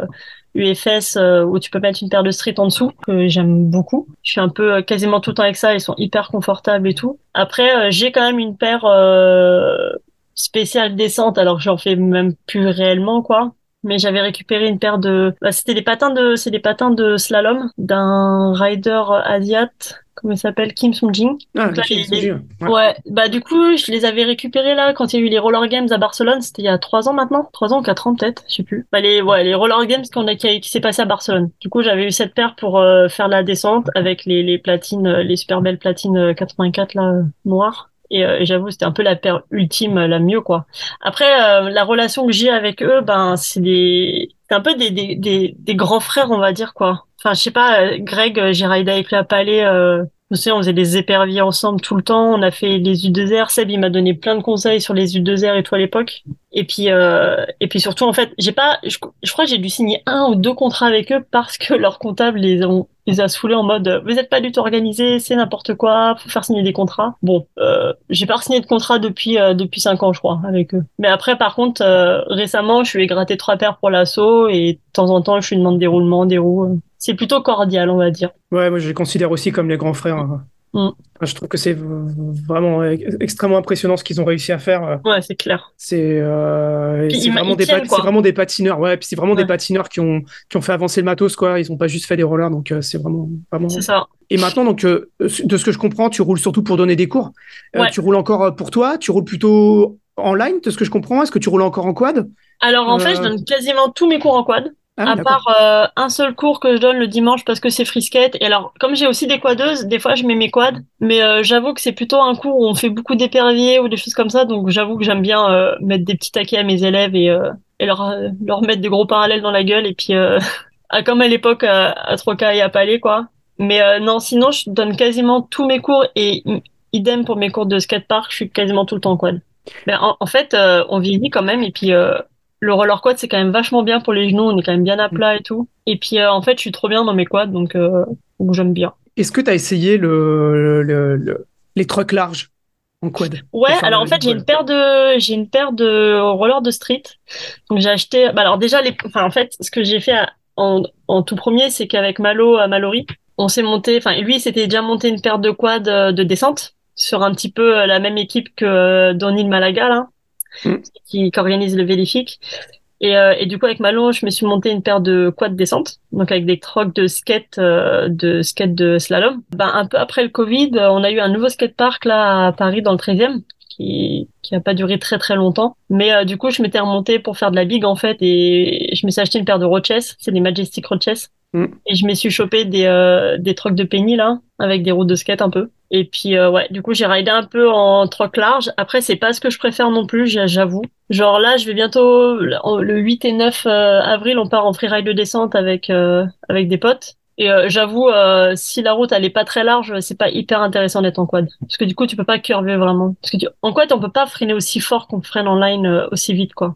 U F S euh, où tu peux mettre une paire de street en dessous que j'aime beaucoup. Je suis un peu euh, quasiment tout le temps avec ça, ils sont hyper confortables et tout. Après euh, j'ai quand même une paire euh, spéciale descente alors que j'en fais même plus réellement quoi. Mais j'avais récupéré une paire de bah, c'était des patins de c'est des patins de slalom d'un rider asiate, comment il s'appelle, Kim Sung-jin. Ah, Donc là, Kim les, les- Sung-ji, ouais. Ouais, bah du coup, je les avais récupérés là quand il y a eu les Roller Games à Barcelone, c'était il y a trois ans maintenant, trois ans ou quatre ans peut-être, je sais plus. Bah les ouais, les Roller Games qu'on a qui, qui s'est passé à Barcelone. Du coup, j'avais eu cette paire pour euh, faire la descente avec les les platines, euh, les super belles platines euh, quatre-vingt-quatre là euh, noires. Et, euh, et j'avoue, c'était un peu la paire ultime, euh, la mieux quoi. Après, euh, la relation que j'ai avec eux, ben c'est des c'est un peu des des des, des grands frères, on va dire quoi. Enfin, je sais pas, euh, Greg, euh, j'ai raidé avec lui à Palais. Euh, je me souviens, on faisait des éperviers ensemble tout le temps. On a fait les U deux R. Seb, il m'a donné plein de conseils sur les U deux R et tout à l'époque. Et puis, euh, et puis surtout, en fait, j'ai pas, je, je crois que j'ai dû signer un ou deux contrats avec eux parce que leur comptable les ont, les a saoulés en mode, euh, vous êtes pas du tout organisés, c'est n'importe quoi, faut faire signer des contrats. Bon, euh, j'ai pas signé de contrat depuis, euh, depuis cinq ans, je crois, avec eux. Mais après, par contre, euh, récemment, je lui ai gratté trois paires pour l'assaut et de temps en temps, je lui demande des roulements, des roues. C'est plutôt cordial, on va dire. Ouais, moi je les considère aussi comme les grands frères, hein. Mm. Je trouve que c'est v- vraiment e- extrêmement impressionnant ce qu'ils ont réussi à faire. Ouais, c'est clair. C'est euh, et Puis c'est ils, ma- vraiment ils des pat- tiennent, c'est quoi. vraiment des patineurs. Ouais, puis c'est vraiment des Ouais, patineurs qui ont qui ont fait avancer le matos quoi. Ils ont pas juste fait des rollers, donc euh, c'est vraiment c'est vraiment. ça. Et maintenant donc euh, de ce que je comprends, tu roules surtout pour donner des cours. Euh, Ouais. tu roules encore euh, pour toi. Tu roules plutôt en ligne, de ce que je comprends. Est-ce que tu roules encore en quad? Alors en fait, je Euh, donne quasiment tous mes cours en quad, Ah oui, à d'accord. part euh, un seul cours que je donne le dimanche parce que c'est free skate. Et alors, comme j'ai aussi des quadeuses, des fois je mets mes quads, mais euh, j'avoue que c'est plutôt un cours où on fait beaucoup d'éperviers ou des choses comme ça, donc j'avoue que j'aime bien euh, mettre des petits taquets à mes élèves et, euh, et leur, euh, leur mettre des gros parallèles dans la gueule et puis euh, ah, comme à l'époque à, à Troca et à Palais quoi. Mais euh, non, sinon je donne quasiment tous mes cours et i- idem pour mes cours de skatepark, je suis quasiment tout le temps en quad. Mais en, en fait, euh, on vieillit quand même et puis euh, le roller quad c'est quand même vachement bien pour les genoux, on est quand même bien à plat et tout. Et puis euh, en fait, je suis trop bien dans mes quads donc, euh, donc j'aime bien. Est-ce que tu as essayé le, le, le- les trucks larges en quad Ouais, pour faire alors le- en les fait, j'ai une vols? paire de j'ai une paire de rollers de street. Donc j'ai acheté bah alors déjà les enfin en fait, ce que j'ai fait à- en en tout premier, c'est qu'avec Malo à Mallory, on s'est monté enfin lui, il s'était déjà monté une paire de quads euh, de descente sur un petit peu euh, la même équipe que euh, Donil Malaga là, Hmm. qui, qui organise le Vélifique. Et, euh, et du coup, avec Malo, je me suis monté une paire de quads descente, donc avec des trocs de skate, euh, de skate de slalom. Ben, un peu après le Covid, euh, on a eu un nouveau skatepark là à Paris dans le treizième, qui qui a pas duré très très longtemps. Mais euh, du coup, je m'étais remontée pour faire de la big en fait, et je me suis acheté une paire de Roches, c'est des Majestic Roches. Hmm. Et je me suis chopé des, euh, des trocs de penny, là, avec des roues de skate un peu. Et puis, euh, ouais, du coup, j'ai ridé un peu en troc large. Après, c'est pas ce que je préfère non plus, j'a- j'avoue. Genre là, je vais bientôt, le huit et neuf euh, avril, on part en freeride de descente avec, euh, avec des potes. Et euh, j'avoue, euh, si la route elle est pas très large, c'est pas hyper intéressant d'être en quad. Parce que du coup, tu peux pas curver vraiment. Parce que tu- en quad, on peut pas freiner aussi fort qu'on freine en line euh, aussi vite, quoi.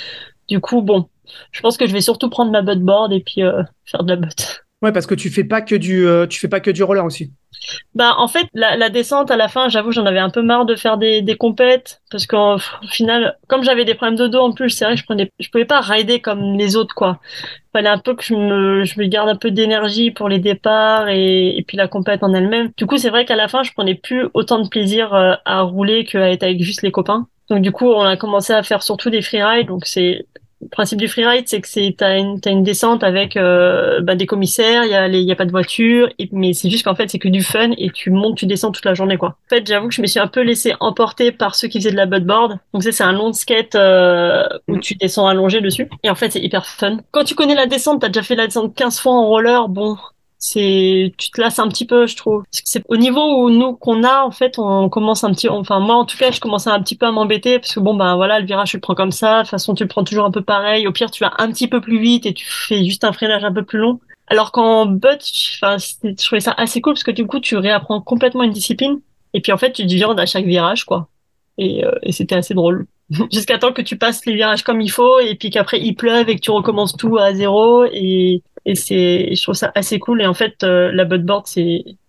Du coup, bon, je pense que je vais surtout prendre ma butt board et puis euh, faire de la butt. Ouais, parce que tu fais pas que du, euh, tu fais pas que du roller aussi. Bah, en fait, la, la descente à la fin, j'avoue, j'en avais un peu marre de faire des, des compètes parce qu'au final, comme j'avais des problèmes de dos en plus, c'est vrai que je prenais, je pouvais pas rider comme les autres, quoi. Fallait un peu que je me, je me garde un peu d'énergie pour les départs et, et puis la compète en elle-même. Du coup, c'est vrai qu'à la fin, je prenais plus autant de plaisir euh, à rouler qu'à être avec juste les copains. Donc, du coup, on a commencé à faire surtout des freerides. Donc, c'est, le principe du freeride, c'est que c'est, t'as une, t'as une descente avec euh, bah, des commissaires, il y a les, il y a pas de voiture, et, mais c'est juste qu'en fait, c'est que du fun et tu montes, tu descends toute la journée, quoi. En fait, j'avoue que je me suis un peu laissé emporter par ceux qui faisaient de la buttboard. Donc, ça, c'est un long skate euh, où Hmm. tu descends allongé dessus. Et en fait, c'est hyper fun. Quand tu connais la descente, t'as déjà fait la descente quinze fois en roller, bon, c'est, tu te lasses un petit peu, je trouve. Parce que c'est au niveau où nous, qu'on a, en fait, on commence un petit, enfin, moi, en tout cas, je commençais un petit peu à m'embêter parce que bon, ben, voilà, le virage, tu le prends comme ça. De toute façon, tu le prends toujours un peu pareil. Au pire, tu vas un petit peu plus vite et tu fais juste un freinage un peu plus long. Alors qu'en butt, enfin, c'était- je trouvais ça assez cool parce que du coup, tu réapprends complètement une discipline. Et puis, en fait, tu te viandes à chaque virage, quoi. Et, euh, et c'était assez drôle. Jusqu'à temps que tu passes les virages comme il faut et puis qu'après il pleuve et que tu recommences tout à zéro et, et c'est, je trouve ça assez cool. Et en fait, euh, la buttboard, c'est,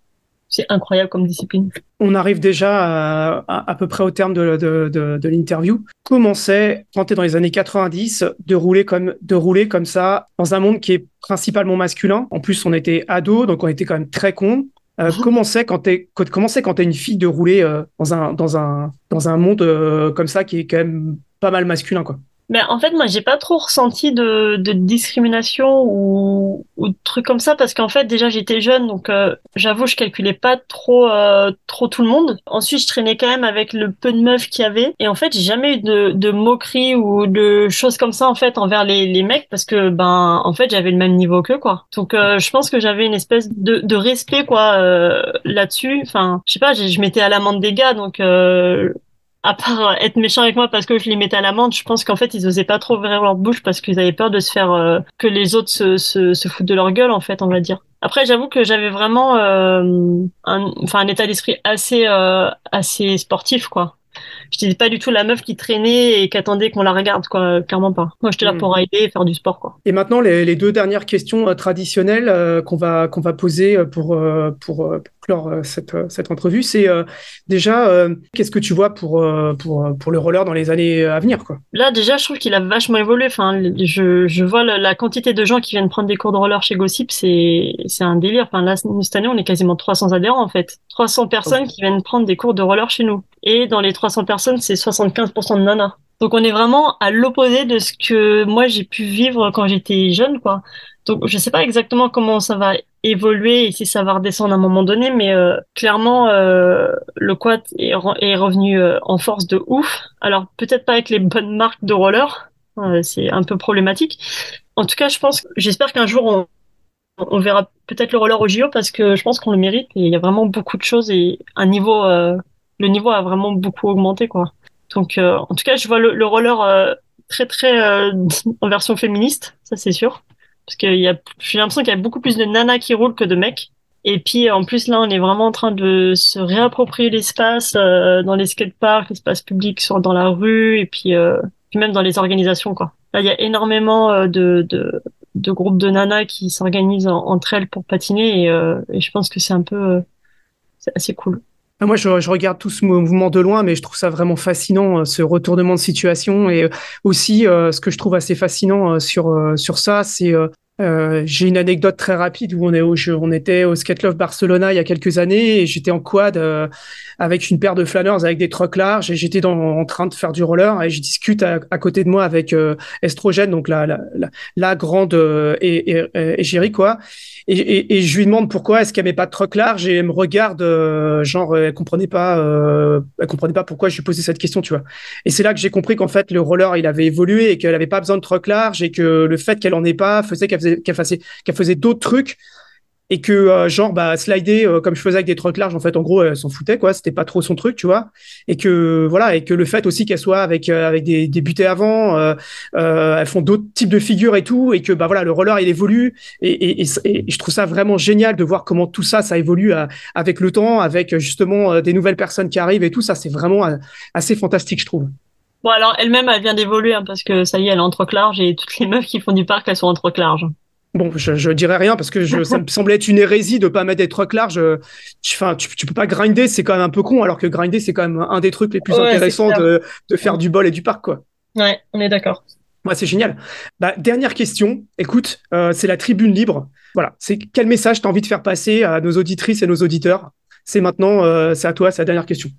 c'est incroyable comme discipline. On arrive déjà à, à, à peu près au terme de, de, de, de l'interview. Comment c'est, quand tu es dans les années quatre-vingt-dix, de rouler, comme, de rouler comme ça dans un monde qui est principalement masculin? En plus, on était ados, donc on était quand même très cons. Euh, mmh. Comment c'est quand t'es comment c'est quand t'es une fille de rouler euh, dans un dans un dans un monde euh, comme ça qui est quand même pas mal masculin, quoi? Ben, en fait, moi, j'ai pas trop ressenti de, de discrimination ou, ou de trucs comme ça parce qu'en fait, déjà, j'étais jeune, donc euh, j'avoue, je calculais pas trop euh, trop tout le monde. Ensuite, je traînais quand même avec le peu de meufs qu'il y avait. Et en fait, j'ai jamais eu de, de moqueries ou de choses comme ça, en fait, envers les, les mecs parce que, ben, en fait, j'avais le même niveau qu'eux, quoi. Donc, euh, je pense que j'avais une espèce de, de respect, quoi, euh, là-dessus. Enfin, je sais pas, je, je m'étais à l'amende des gars, donc... Euh, à part être méchant avec moi parce que je les mettais à l'amende, je pense qu'en fait, ils osaient pas trop ouvrir leur bouche parce qu'ils avaient peur de se faire, euh, que les autres se, se, se foutent de leur gueule, en fait, on va dire. Après, j'avoue que j'avais vraiment, euh, un, enfin, un état d'esprit assez, euh, assez sportif, quoi. Je n'étais pas du tout la meuf qui traînait et qui attendait qu'on la regarde, quoi. Clairement pas. Moi, j'étais là pour rider et faire du sport, quoi. Et maintenant, les, les deux dernières questions euh, traditionnelles euh, qu'on va qu'on va poser pour euh, pour, pour clore euh, cette cette entrevue, c'est euh, déjà euh, qu'est-ce que tu vois pour euh, pour pour le roller dans les années à venir, quoi? Là, déjà, je trouve qu'il a vachement évolué. Enfin, je je vois la, la quantité de gens qui viennent prendre des cours de roller chez Gossip, c'est c'est un délire. Enfin, là, cette année, on est quasiment trois cents adhérents, en fait. trois cents personnes okay. qui viennent prendre des cours de roller chez nous. Et dans les trois cents personnes, c'est soixante-quinze pour cent de nanas. Donc on est vraiment à l'opposé de ce que moi j'ai pu vivre quand j'étais jeune, quoi. Donc je sais pas exactement comment ça va évoluer et si ça va redescendre à un moment donné, mais euh, clairement euh, le quad est, re- est revenu euh, en force de ouf. Alors peut-être pas avec les bonnes marques de roller, euh, c'est un peu problématique. En tout cas, je pense, j'espère qu'un jour on, on verra peut-être le roller au J O parce que je pense qu'on le mérite et il y a vraiment beaucoup de choses et un niveau, euh, le niveau a vraiment beaucoup augmenté, quoi. Donc, euh, en tout cas, je vois le, le roller euh, très, très euh, en version féministe, ça c'est sûr. Parce que y a, j'ai l'impression qu'il y a beaucoup plus de nanas qui roulent que de mecs. Et puis, en plus, là, on est vraiment en train de se réapproprier l'espace euh, dans les skateparks, l'espace public sur, dans la rue, et puis, euh, puis même dans les organisations, quoi. Là, il y a énormément euh, de, de, de groupes de nanas qui s'organisent en, entre elles pour patiner, et, euh, et je pense que c'est un peu... Euh, c'est assez cool. Moi, je, je regarde tout ce mouvement de loin, mais je trouve ça vraiment fascinant, ce retournement de situation. Et aussi, euh, ce que je trouve assez fascinant euh, sur euh, sur ça, c'est euh, euh, j'ai une anecdote très rapide où on est au, je, on était au Skate Love Barcelona il y a quelques années et j'étais en quad euh, avec une paire de flâneurs avec des trucks larges et j'étais dans, en train de faire du roller et je discute à, à côté de moi avec euh, Estrogène, donc la la, la, la grande euh, et, et, et Géry, quoi. Et, et, et je lui demande pourquoi est-ce qu'elle met pas de truck large et elle me regarde euh, genre elle comprenait pas euh, elle comprenait pas pourquoi je lui posais cette question, tu vois. Et c'est là que j'ai compris qu'en fait le roller il avait évolué et qu'elle avait pas besoin de truck large et que le fait qu'elle en ait pas faisait qu'elle faisait qu'elle faisait, qu'elle faisait d'autres trucs et que euh, genre bah slider euh, comme je faisais avec des trucks larges, en fait en gros elle s'en foutait, quoi, c'était pas trop son truc, tu vois. Et que voilà, et que le fait aussi qu'elle soit avec euh, avec des, des butées avant euh, euh, elles font d'autres types de figures et tout, et que bah voilà le roller il évolue et, et, et, et je trouve ça vraiment génial de voir comment tout ça ça évolue à, avec le temps, avec justement euh, des nouvelles personnes qui arrivent et tout ça, c'est vraiment euh, assez fantastique, je trouve. Bon, alors elle-même elle vient d'évoluer hein, parce que ça y est, elle est en truck large et toutes les meufs qui font du parc elles sont en truck large. Bon, je, je dirais rien parce que je, ça me semblait être une hérésie de pas mettre des trucs larges. Enfin, tu, tu peux pas grinder, c'est quand même un peu con, alors que grinder, c'est quand même un des trucs les plus ouais, intéressants de, de faire ouais. du bol et du parc, quoi. Ouais, on est d'accord. Ouais, c'est génial. Bah, dernière question. Écoute, euh, c'est la tribune libre. Voilà. C'est quel message t'as envie de faire passer à nos auditrices et nos auditeurs? C'est maintenant, euh, c'est à toi, c'est la dernière question.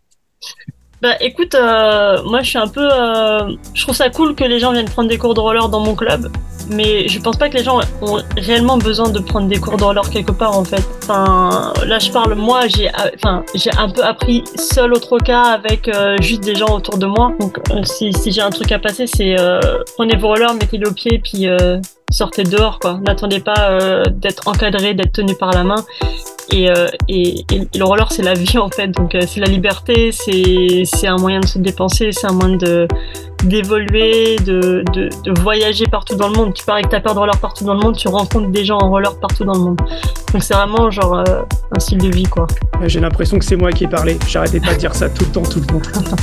Bah écoute, euh, moi je suis un peu, euh, je trouve ça cool que les gens viennent prendre des cours de roller dans mon club, mais je pense pas que les gens ont réellement besoin de prendre des cours de roller quelque part en fait. Enfin, là je parle moi, j'ai, enfin j'ai un peu appris seul au troca avec euh, juste des gens autour de moi. Donc euh, si si j'ai un truc à passer, c'est euh, prenez vos rollers, mettez-les au pied, puis euh, sortez dehors quoi. N'attendez pas euh, d'être encadré, d'être tenu par la main. Et, euh, et, et le roller c'est la vie en fait, donc euh, c'est la liberté, c'est c'est un moyen de se dépenser, c'est un moyen de d'évoluer, de, de de voyager partout dans le monde. Tu pars avec ta paire de roller partout dans le monde, tu rencontres des gens en roller partout dans le monde. Donc c'est vraiment genre euh, un style de vie quoi. J'ai l'impression que c'est moi qui ai parlé. J'arrêtais pas de dire ça tout le temps, tout le temps.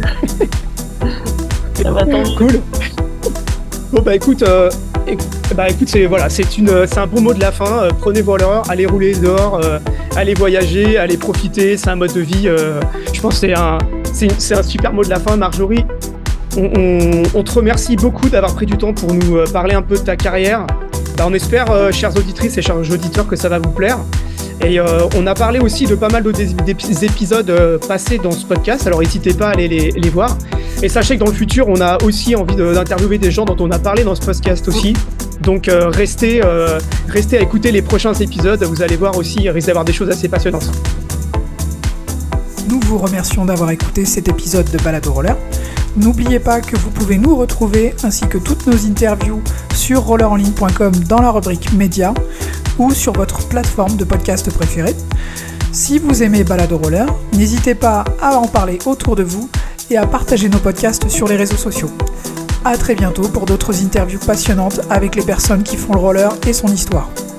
Ça va tant. Cool. Bon bah écoute. Euh... Bah écoute, c'est voilà, c'est une, c'est un bon mot de la fin. Euh, prenez vos rollers, allez rouler dehors, euh, allez voyager, allez profiter, c'est un mode de vie. Euh, je pense que c'est un, c'est, une, c'est un super mot de la fin, Marjorie. On, on, on te remercie beaucoup d'avoir pris du temps pour nous parler un peu de ta carrière. Bah, on espère, euh, chères auditrices et chers auditeurs, que ça va vous plaire. Et euh, on a parlé aussi de pas mal d'autres épisodes euh, passés dans ce podcast, alors n'hésitez pas à aller les, les voir. Et sachez que dans le futur, on a aussi envie de, d'interviewer des gens dont on a parlé dans ce podcast aussi. Donc euh, restez, euh, restez à écouter les prochains épisodes, vous allez voir aussi, il risque d'avoir des choses assez passionnantes. Nous vous remercions d'avoir écouté cet épisode de Balado Roller. N'oubliez pas que vous pouvez nous retrouver ainsi que toutes nos interviews sur roller en ligne point com dans la rubrique Médias ou sur votre plateforme de podcast préférée. Si vous aimez Balado Roller, n'hésitez pas à en parler autour de vous et à partager nos podcasts sur les réseaux sociaux. À très bientôt pour d'autres interviews passionnantes avec les personnes qui font le roller et son histoire.